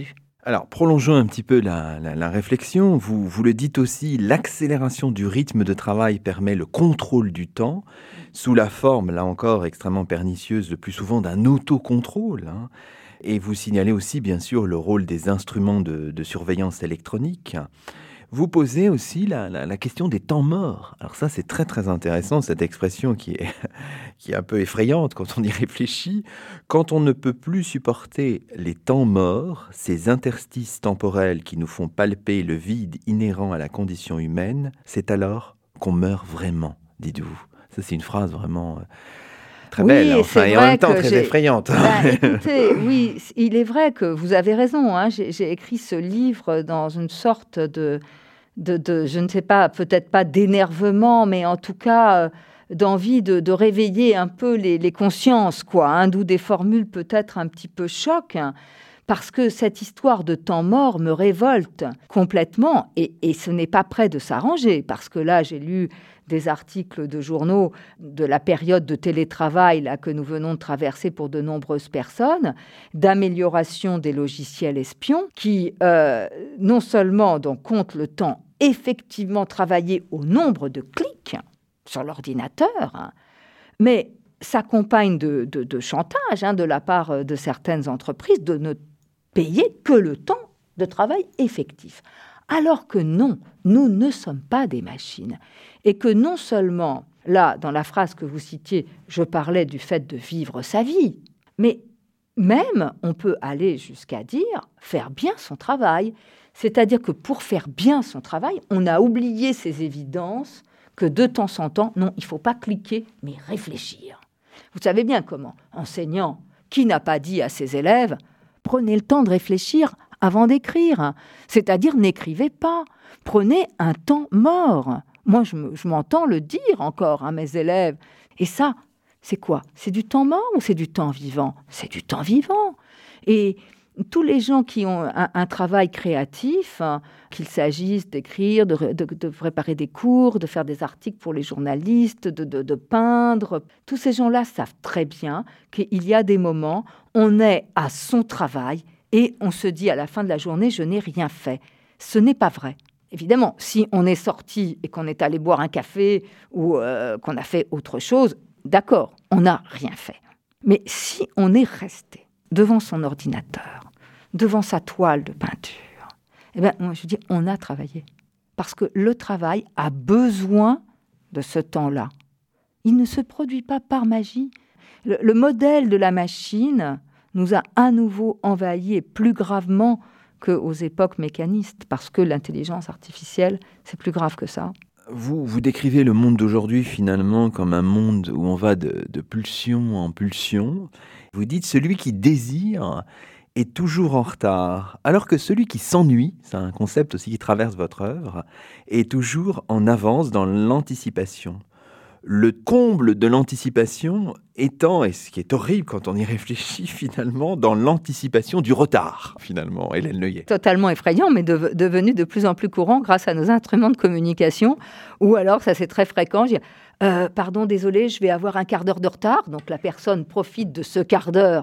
Alors, prolongeons un petit peu la, la, la réflexion. Vous, vous le dites aussi, l'accélération du rythme de travail permet le contrôle du temps, sous la forme, là encore, extrêmement pernicieuse, le plus souvent d'un autocontrôle. Hein. Et vous signalez aussi, bien sûr, le rôle des instruments de, de surveillance électronique. Vous posez aussi la, la, la question des temps morts. Alors ça, c'est très très intéressant, cette expression qui est, qui est un peu effrayante quand on y réfléchit. Quand on ne peut plus supporter les temps morts, ces interstices temporels qui nous font palper le vide inhérent à la condition humaine, c'est alors qu'on meurt vraiment, dites-vous. Ça, c'est une phrase vraiment... très oui, belle, enfin, et en même temps très j'ai... effrayante. Bah, écoutez, oui, il est vrai que vous avez raison. Hein, j'ai, j'ai écrit ce livre dans une sorte de, de, de, je ne sais pas, peut-être pas d'énervement, mais en tout cas euh, d'envie de, de réveiller un peu les, les consciences, quoi. Hein, d'où des formules peut-être un petit peu choc, hein, parce que cette histoire de temps mort me révolte complètement, et, et ce n'est pas près de s'arranger, parce que là, j'ai lu des articles de journaux de la période de télétravail là, que nous venons de traverser pour de nombreuses personnes, d'amélioration des logiciels espions qui, euh, non seulement donc, comptent le temps effectivement travaillé au nombre de clics sur l'ordinateur, hein, mais s'accompagne de, de, de chantage hein, de la part de certaines entreprises de ne payer que le temps de travail effectif. Alors que non, nous ne sommes pas des machines. Et que non seulement, là, dans la phrase que vous citiez, je parlais du fait de vivre sa vie, mais même, on peut aller jusqu'à dire faire bien son travail. C'est-à-dire que pour faire bien son travail, on a oublié ces évidences que de temps en temps, non, il ne faut pas cliquer, mais réfléchir. Vous savez bien comment, enseignant, qui n'a pas dit à ses élèves « prenez le temps de réfléchir » avant d'écrire, c'est-à-dire n'écrivez pas, prenez un temps mort. Moi, je, me, je m'entends le dire encore à mes élèves. Et ça, c'est quoi ? C'est du temps mort ou c'est du temps vivant ? C'est du temps vivant. Et tous les gens qui ont un, un travail créatif, hein, qu'il s'agisse d'écrire, de, de, de préparer des cours, de faire des articles pour les journalistes, de, de, de peindre, tous ces gens-là savent très bien qu'il y a des moments, on est à son travail, et on se dit à la fin de la journée, je n'ai rien fait. Ce n'est pas vrai. Évidemment, si on est sorti et qu'on est allé boire un café ou euh, qu'on a fait autre chose, d'accord, on n'a rien fait. Mais si on est resté devant son ordinateur, devant sa toile de peinture, eh bien, moi, je dis, on a travaillé. Parce que le travail a besoin de ce temps-là. Il ne se produit pas par magie. Le, le modèle de la machine nous a à nouveau envahis et plus gravement qu'aux époques mécanistes, parce que l'intelligence artificielle, c'est plus grave que ça. Vous, vous décrivez le monde d'aujourd'hui finalement comme un monde où on va de, de pulsion en pulsion. Vous dites celui qui désire est toujours en retard, alors que celui qui s'ennuie, c'est un concept aussi qui traverse votre œuvre, est toujours en avance dans l'anticipation. Le comble de l'anticipation étant, et ce qui est horrible quand on y réfléchit finalement, dans l'anticipation du retard, finalement, Hélène Leuillet. Totalement effrayant, mais de, devenu de plus en plus courant grâce à nos instruments de communication, ou alors, ça c'est très fréquent, je dis, euh, pardon, désolé, je vais avoir un quart d'heure de retard, donc la personne profite de ce quart d'heure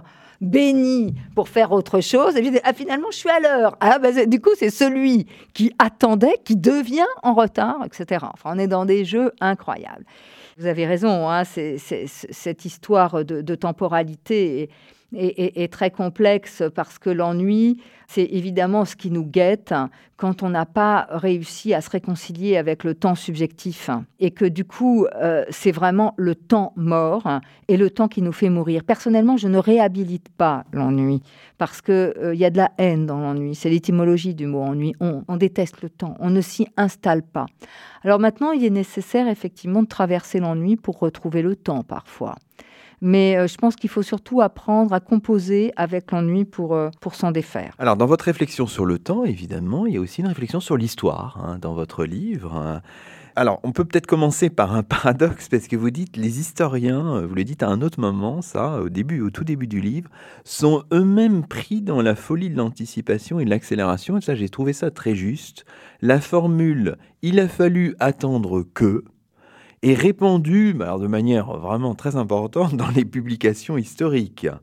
béni pour faire autre chose, et puis ah, finalement je suis à l'heure. Ah, bah, du coup, c'est celui qui attendait, qui devient en retard, et cetera. Enfin, on est dans des jeux incroyables. Vous avez raison, hein, c'est, c'est, c'est, cette histoire de, de temporalité est, est, est, est très complexe parce que l'ennui, c'est évidemment ce qui nous guette quand on n'a pas réussi à se réconcilier avec le temps subjectif et que du coup, euh, c'est vraiment le temps mort et le temps qui nous fait mourir. Personnellement, je ne réhabilite pas l'ennui parce qu'il euh, y a de la haine dans l'ennui. C'est l'étymologie du mot ennui. On, on déteste le temps, on ne s'y installe pas. Alors maintenant, il est nécessaire effectivement de traverser l'ennui pour retrouver le temps parfois. Mais euh, je pense qu'il faut surtout apprendre à composer avec l'ennui pour, euh, pour s'en défaire. Alors, dans votre réflexion sur le temps, évidemment, il y a aussi une réflexion sur l'histoire hein, dans votre livre. Hein. Alors, on peut peut-être commencer par un paradoxe, parce que vous dites, les historiens, vous le dites à un autre moment, ça, au début, au tout début du livre, sont eux-mêmes pris dans la folie de l'anticipation et de l'accélération. Et ça, j'ai trouvé ça très juste. La formule « il a fallu attendre que » est répandue alors de manière vraiment très importante dans les publications historiques.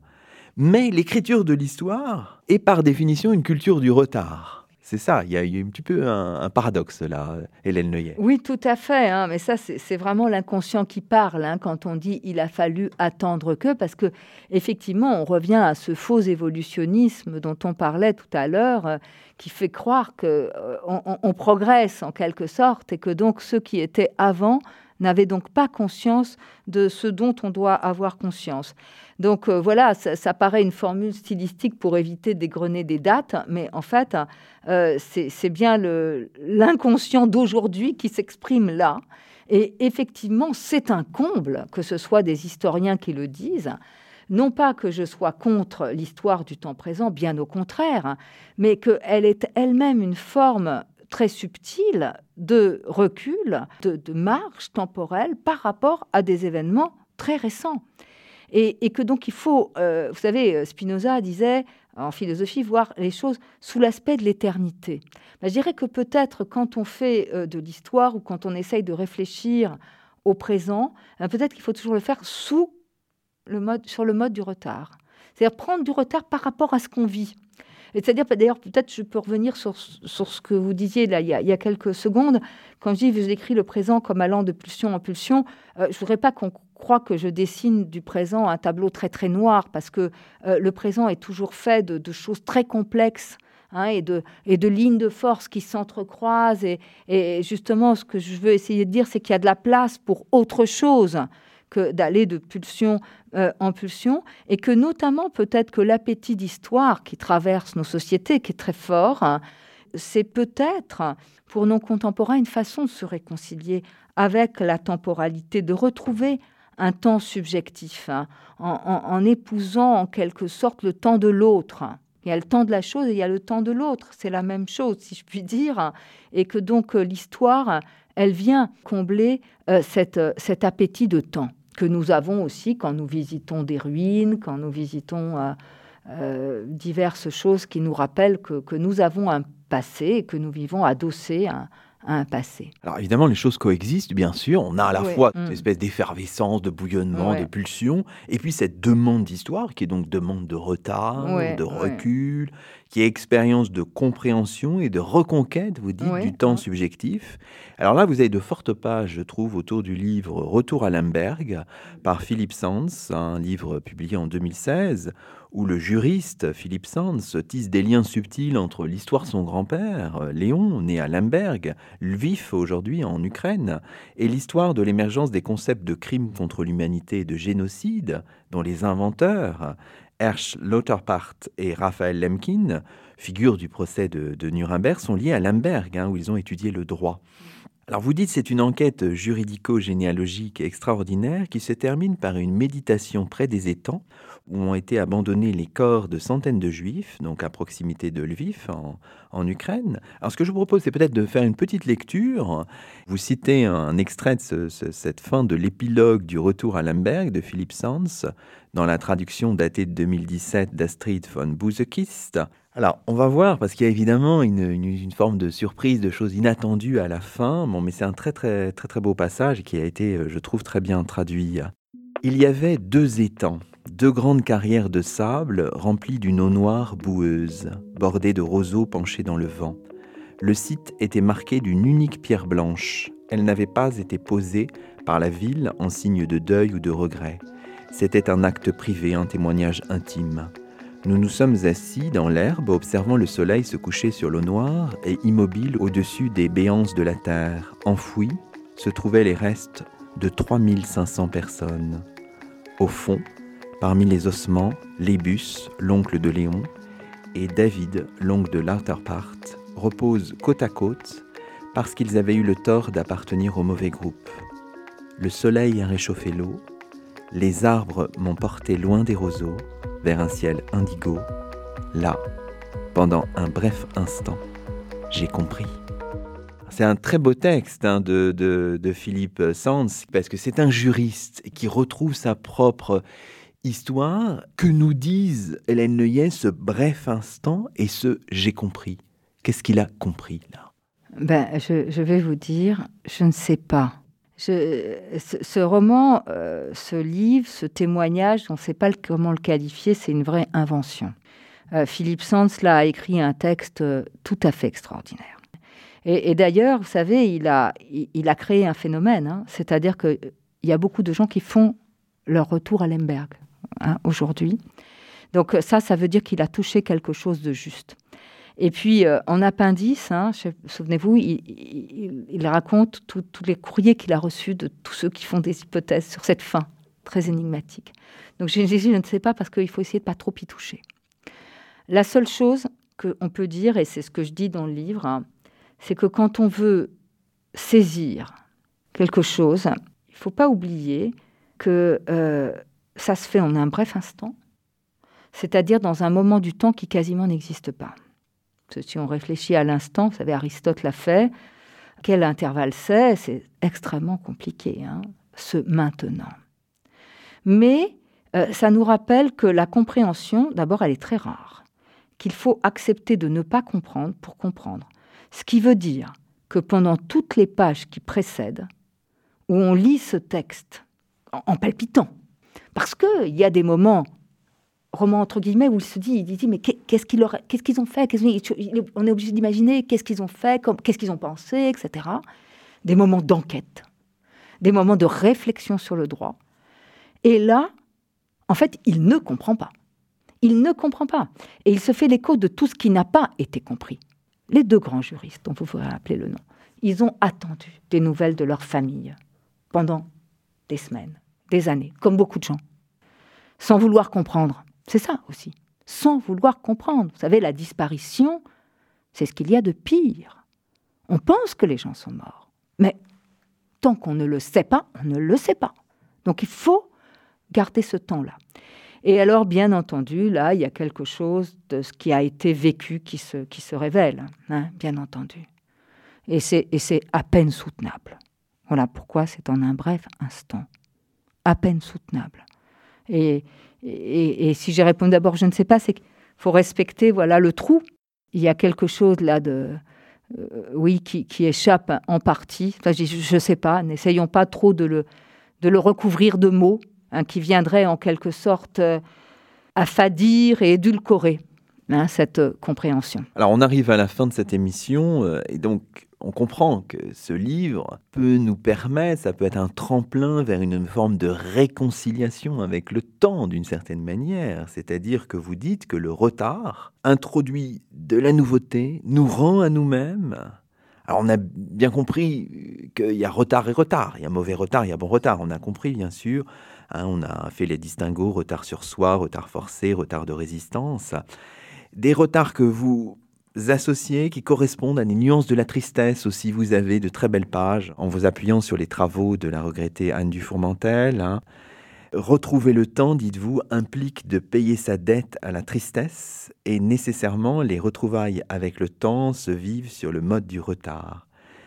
Mais l'écriture de l'histoire est par définition une culture du retard. C'est ça, il y a, il y a un petit peu un, un paradoxe là, Hélène Neuillet. Oui, tout à fait. Hein, mais ça, c'est, c'est vraiment l'inconscient qui parle hein, quand on dit « il a fallu attendre que », parce que effectivement, on revient à ce faux évolutionnisme dont on parlait tout à l'heure, euh, qui fait croire qu'on euh, on, on progresse en quelque sorte et que donc ceux qui étaient avant n'avaient donc pas conscience de ce dont on doit avoir conscience. Donc euh, voilà, ça, ça paraît une formule stylistique pour éviter d'égrener des dates, mais en fait, euh, c'est, c'est bien le, l'inconscient d'aujourd'hui qui s'exprime là. Et effectivement, c'est un comble que ce soit des historiens qui le disent. Non pas que je sois contre l'histoire du temps présent, bien au contraire, mais qu'elle est elle-même une forme très subtile de recul, de, de marche temporelle par rapport à des événements très récents. Et, et que donc il faut, euh, vous savez, Spinoza disait en philosophie, voir les choses sous l'aspect de l'éternité. Ben, je dirais que peut-être quand on fait euh, de l'histoire ou quand on essaye de réfléchir au présent, ben, peut-être qu'il faut toujours le faire sous le mode, sur le mode du retard. C'est-à-dire prendre du retard par rapport à ce qu'on vit. Et c'est-à-dire, d'ailleurs, peut-être je peux revenir sur, sur ce que vous disiez là, il, y a, il y a quelques secondes. Quand je dis que j'écris le présent comme allant de pulsion en pulsion, euh, je ne voudrais pas qu'on croit que je dessine du présent un tableau très, très noir, parce que euh, le présent est toujours fait de, de choses très complexes hein, et, de, et de lignes de force qui s'entrecroisent. Et, et justement, ce que je veux essayer de dire, c'est qu'il y a de la place pour autre chose que d'aller de pulsion euh, en pulsion, et que notamment peut-être que l'appétit d'histoire qui traverse nos sociétés, qui est très fort, hein, c'est peut-être pour nos contemporains une façon de se réconcilier avec la temporalité, de retrouver un temps subjectif, hein, en, en, en épousant en quelque sorte le temps de l'autre. Il y a le temps de la chose et il y a le temps de l'autre, c'est la même chose, si je puis dire, et que donc euh, l'histoire, elle vient combler euh, cette, euh, cet appétit de temps que nous avons aussi quand nous visitons des ruines, quand nous visitons euh, euh, diverses choses qui nous rappellent que, que nous avons un passé et que nous vivons adossés à, à un passé. Alors évidemment, les choses coexistent, bien sûr. On a à la ouais. fois mmh. une espèce d'effervescence, de bouillonnement, ouais. de pulsion, et puis cette demande d'histoire, qui est donc demande de retard, ouais, de ouais. recul, qui est expérience de compréhension et de reconquête, vous dites, ouais, du temps ouais. subjectif. Alors là, vous avez de fortes pages, je trouve, autour du livre « Retour à Lemberg » par Philippe Sands, un livre publié en deux mille seize, où le juriste Philippe Sands tisse des liens subtils entre l'histoire de son grand-père, Léon, né à Lemberg, Lviv aujourd'hui en Ukraine, et l'histoire de l'émergence des concepts de crimes contre l'humanité et de génocide, dont les inventeurs, Hersch Lauterpacht et Raphaël Lemkin, figures du procès de, de Nuremberg, sont liés à Lemberg, hein, où ils ont étudié le droit. Alors vous dites que c'est une enquête juridico-généalogique extraordinaire qui se termine par une méditation près des étangs où ont été abandonnés les corps de centaines de juifs, donc à proximité de Lviv, en, en Ukraine. Alors ce que je vous propose, c'est peut-être de faire une petite lecture. Vous citez un extrait de ce, ce, cette fin de l'épilogue du Retour à Lemberg de Philippe Sands, dans la traduction datée de deux mille dix-sept d'Astrid von Buzekist. Alors, on va voir, parce qu'il y a évidemment une, une, une forme de surprise, de choses inattendues à la fin. Bon, mais c'est un très, très, très, très beau passage qui a été, je trouve, très bien traduit. Il y avait deux étangs, deux grandes carrières de sable remplies d'une eau noire boueuse, bordées de roseaux penchés dans le vent. Le site était marqué d'une unique pierre blanche. Elle n'avait pas été posée par la ville en signe de deuil ou de regret. C'était un acte privé, un témoignage intime. Nous nous sommes assis dans l'herbe, observant le soleil se coucher sur l'eau noire et immobile au-dessus des béances de la terre. Enfouis se trouvaient les restes de trois mille cinq cents personnes. Au fond, parmi les ossements, Lébus, l'oncle de Léon, et David, l'oncle de Lauterpacht, reposent côte à côte parce qu'ils avaient eu le tort d'appartenir au mauvais groupe. Le soleil a réchauffé l'eau, les arbres m'ont porté loin des roseaux, vers un ciel indigo. Là, pendant un bref instant, j'ai compris. C'est un très beau texte hein, de, de, de Philippe Sands, parce que c'est un juriste qui retrouve sa propre histoire. Que nous disent Hélène Neuillet ce bref instant et ce « j'ai compris ». Qu'est-ce qu'il a compris là ? Ben, je, je vais vous dire, je ne sais pas. Je, ce, ce roman, euh, ce livre, ce témoignage, on ne sait pas le, comment le qualifier, c'est une vraie invention. Euh, Philippe Sands là, a écrit un texte euh, tout à fait extraordinaire. Et, et d'ailleurs, vous savez, il a, il, il a créé un phénomène, hein, c'est-à-dire qu'il y a beaucoup de gens qui font leur retour à Lemberg hein, aujourd'hui. Donc ça, ça veut dire qu'il a touché quelque chose de juste. Et puis, euh, en appendice, hein, je, souvenez-vous, il, il, il raconte tous les courriers qu'il a reçus de tous ceux qui font des hypothèses sur cette fin très énigmatique. Donc, j'ai dit, je ne sais pas, parce qu'il faut essayer de ne pas trop y toucher. La seule chose qu'on peut dire, et c'est ce que je dis dans le livre, hein, c'est que quand on veut saisir quelque chose, il ne faut pas oublier que euh, ça se fait en un bref instant, c'est-à-dire dans un moment du temps qui quasiment n'existe pas. Si on réfléchit à l'instant, vous savez, Aristote l'a fait, quel intervalle c'est ? C'est extrêmement compliqué, hein, ce maintenant. Mais euh, ça nous rappelle que la compréhension, d'abord, elle est très rare, qu'il faut accepter de ne pas comprendre pour comprendre. Ce qui veut dire que pendant toutes les pages qui précèdent, où on lit ce texte en, en palpitant, parce qu'il y a des moments... roman entre guillemets, où il se dit, il dit mais qu'est-ce qu'ils, leur, qu'est-ce qu'ils ont fait qu'est-ce, on est obligé d'imaginer qu'est-ce qu'ils ont fait, comme, qu'est-ce qu'ils ont pensé, et cetera. Des moments d'enquête, des moments de réflexion sur le droit. Et là, en fait, il ne comprend pas. Il ne comprend pas. Et il se fait l'écho de tout ce qui n'a pas été compris. Les deux grands juristes, dont vous pourrez rappeler le nom, ils ont attendu des nouvelles de leur famille pendant des semaines, des années, comme beaucoup de gens, sans vouloir comprendre. C'est ça aussi, sans vouloir comprendre. Vous savez, la disparition, c'est ce qu'il y a de pire. On pense que les gens sont morts, mais tant qu'on ne le sait pas, on ne le sait pas. Donc il faut garder ce temps-là. Et alors, bien entendu, là, il y a quelque chose de ce qui a été vécu qui se, qui se révèle, hein, bien entendu. Et c'est, et c'est à peine soutenable. Voilà pourquoi c'est en un bref instant. À peine soutenable. Et... Et, et si j'ai répondu d'abord, je ne sais pas, c'est qu'il faut respecter voilà, le trou. Il y a quelque chose là de, euh, oui, qui, qui échappe en partie. Enfin, je ne sais pas, n'essayons pas trop de le, de le recouvrir de mots hein, qui viendraient en quelque sorte euh, affadir et édulcorer hein, cette euh, compréhension. Alors on arrive à la fin de cette émission euh, et donc on comprend que ce livre peut nous permettre, ça peut être un tremplin vers une forme de réconciliation avec le temps d'une certaine manière. C'est-à-dire que vous dites que le retard introduit de la nouveauté, nous rend à nous-mêmes. Alors on a bien compris qu'il y a retard et retard. Il y a mauvais retard, il y a bon retard. On a compris bien sûr. Hein, on a fait les distinguos, retard sur soi, retard forcé, retard de résistance. Des retards que vous... associés qui correspondent à des nuances de la tristesse aussi. Vous avez de très belles pages en vous appuyant sur les travaux de la regrettée Anne Dufourmentel. Hein. Retrouver le temps, dites-vous, implique de payer sa dette à la tristesse et nécessairement les retrouvailles avec le temps se vivent sur le mode du retard.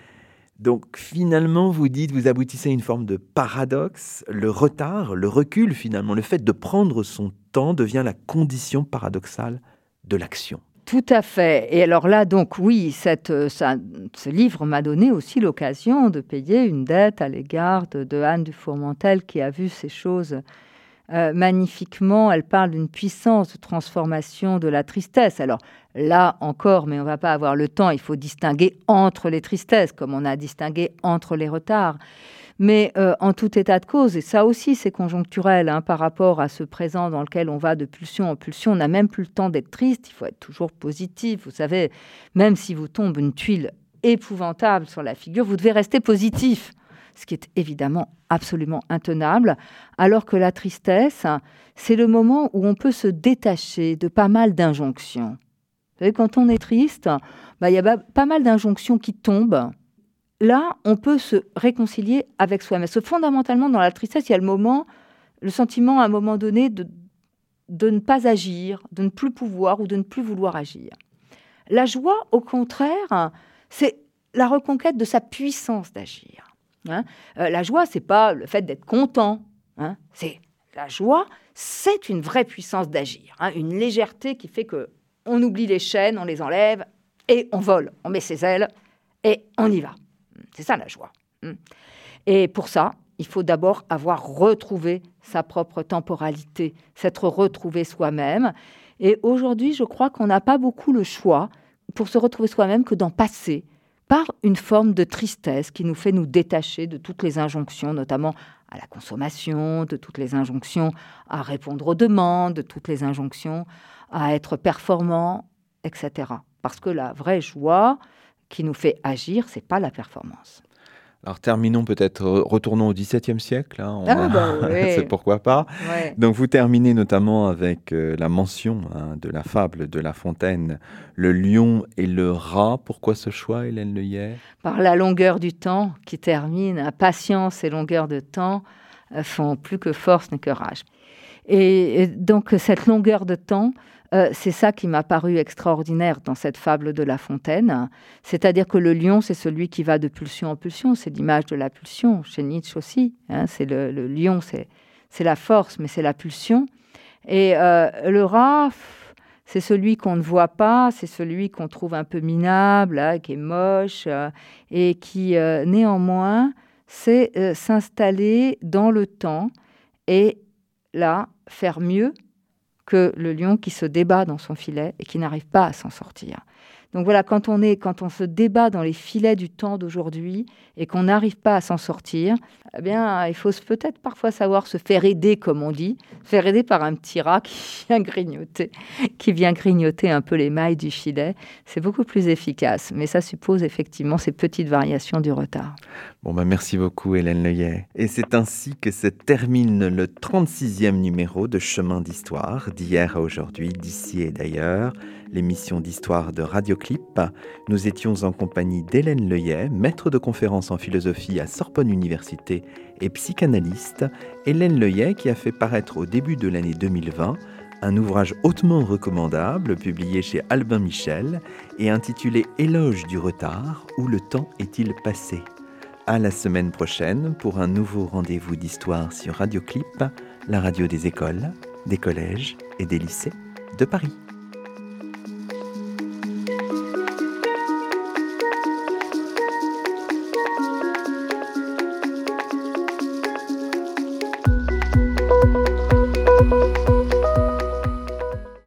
Donc finalement, vous dites, vous aboutissez à une forme de paradoxe. Le retard, le recul finalement, le fait de prendre son temps devient la condition paradoxale de l'action. Tout à fait. Et alors là, donc oui, cette, ça, ce livre m'a donné aussi l'occasion de payer une dette à l'égard de, de Anne Dufourmentel qui a vu ces choses euh, magnifiquement. Elle parle d'une puissance de transformation de la tristesse. Alors là encore, mais on ne va pas avoir le temps, il faut distinguer entre les tristesses, comme on a distingué entre les retards. Mais euh, en tout état de cause, et ça aussi c'est conjoncturel hein, par rapport à ce présent dans lequel on va de pulsion en pulsion, on n'a même plus le temps d'être triste, il faut être toujours positif. Vous savez, même si vous tombe une tuile épouvantable sur la figure, vous devez rester positif, ce qui est évidemment absolument intenable, alors que la tristesse, c'est le moment où on peut se détacher de pas mal d'injonctions. Vous savez, quand on est triste, bah, y a pas mal d'injonctions qui tombent. Là, on peut se réconcilier avec soi-même. Parce que fondamentalement, dans la tristesse, il y a le moment, le sentiment à un moment donné de, de ne pas agir, de ne plus pouvoir ou de ne plus vouloir agir. La joie, au contraire, c'est la reconquête de sa puissance d'agir. Hein euh, la joie, c'est pas le fait d'être content. Hein c'est la joie, c'est une vraie puissance d'agir, hein, une légèreté qui fait que on oublie les chaînes, on les enlève et on vole, on met ses ailes et on y va. C'est ça la joie. Et pour ça, il faut d'abord avoir retrouvé sa propre temporalité, s'être retrouvé soi-même. Et aujourd'hui, je crois qu'on n'a pas beaucoup le choix pour se retrouver soi-même que d'en passer par une forme de tristesse qui nous fait nous détacher de toutes les injonctions, notamment à la consommation, de toutes les injonctions à répondre aux demandes, de toutes les injonctions à être performant, et cetera. Parce que la vraie joie qui nous fait agir, c'est pas la performance. Alors terminons peut-être, retournons au dix-septième siècle, hein, on Ah a... bah oui. c'est pourquoi pas. Ouais. Donc vous terminez notamment avec euh, la mention hein, de la fable de La Fontaine, le lion et le rat. Pourquoi ce choix, Hélène Leuillet ? Par la longueur du temps qui termine, patience et longueur de temps euh, font plus que force n'est que rage. Et, et donc cette longueur de temps, Euh, c'est ça qui m'a paru extraordinaire dans cette fable de La Fontaine. C'est-à-dire que le lion, c'est celui qui va de pulsion en pulsion. C'est l'image de la pulsion, chez Nietzsche aussi. Hein, c'est le, le lion, c'est, c'est la force, mais c'est la pulsion. Et euh, le rat, c'est celui qu'on ne voit pas, c'est celui qu'on trouve un peu minable, hein, qui est moche, euh, et qui, euh, néanmoins, sait euh, s'installer dans le temps et, là, faire mieux que le lion qui se débat dans son filet et qui n'arrive pas à s'en sortir. Donc voilà, quand on, est, quand on se débat dans les filets du temps d'aujourd'hui et qu'on n'arrive pas à s'en sortir, eh bien, il faut peut-être parfois savoir se faire aider, comme on dit, se faire aider par un petit rat qui vient grignoter, qui vient grignoter un peu les mailles du filet. C'est beaucoup plus efficace, mais ça suppose effectivement ces petites variations du retard. Bon, bah merci beaucoup, Hélène Leuillet. Et c'est ainsi que se termine le trente-sixième numéro de Chemin d'Histoire, d'hier à aujourd'hui, d'ici et d'ailleurs, l'émission d'histoire de Radioclip. Nous étions en compagnie d'Hélène Leuillet, maître de conférences en philosophie à Sorbonne Université et psychanalyste. Hélène Leuillet qui a fait paraître au début de l'année deux mille vingt un ouvrage hautement recommandable publié chez Albin Michel et intitulé « Éloge du retard, où le temps est-il passé ?» À la semaine prochaine pour un nouveau rendez-vous d'histoire sur Radioclip, la radio des écoles, des collèges et des lycées de Paris.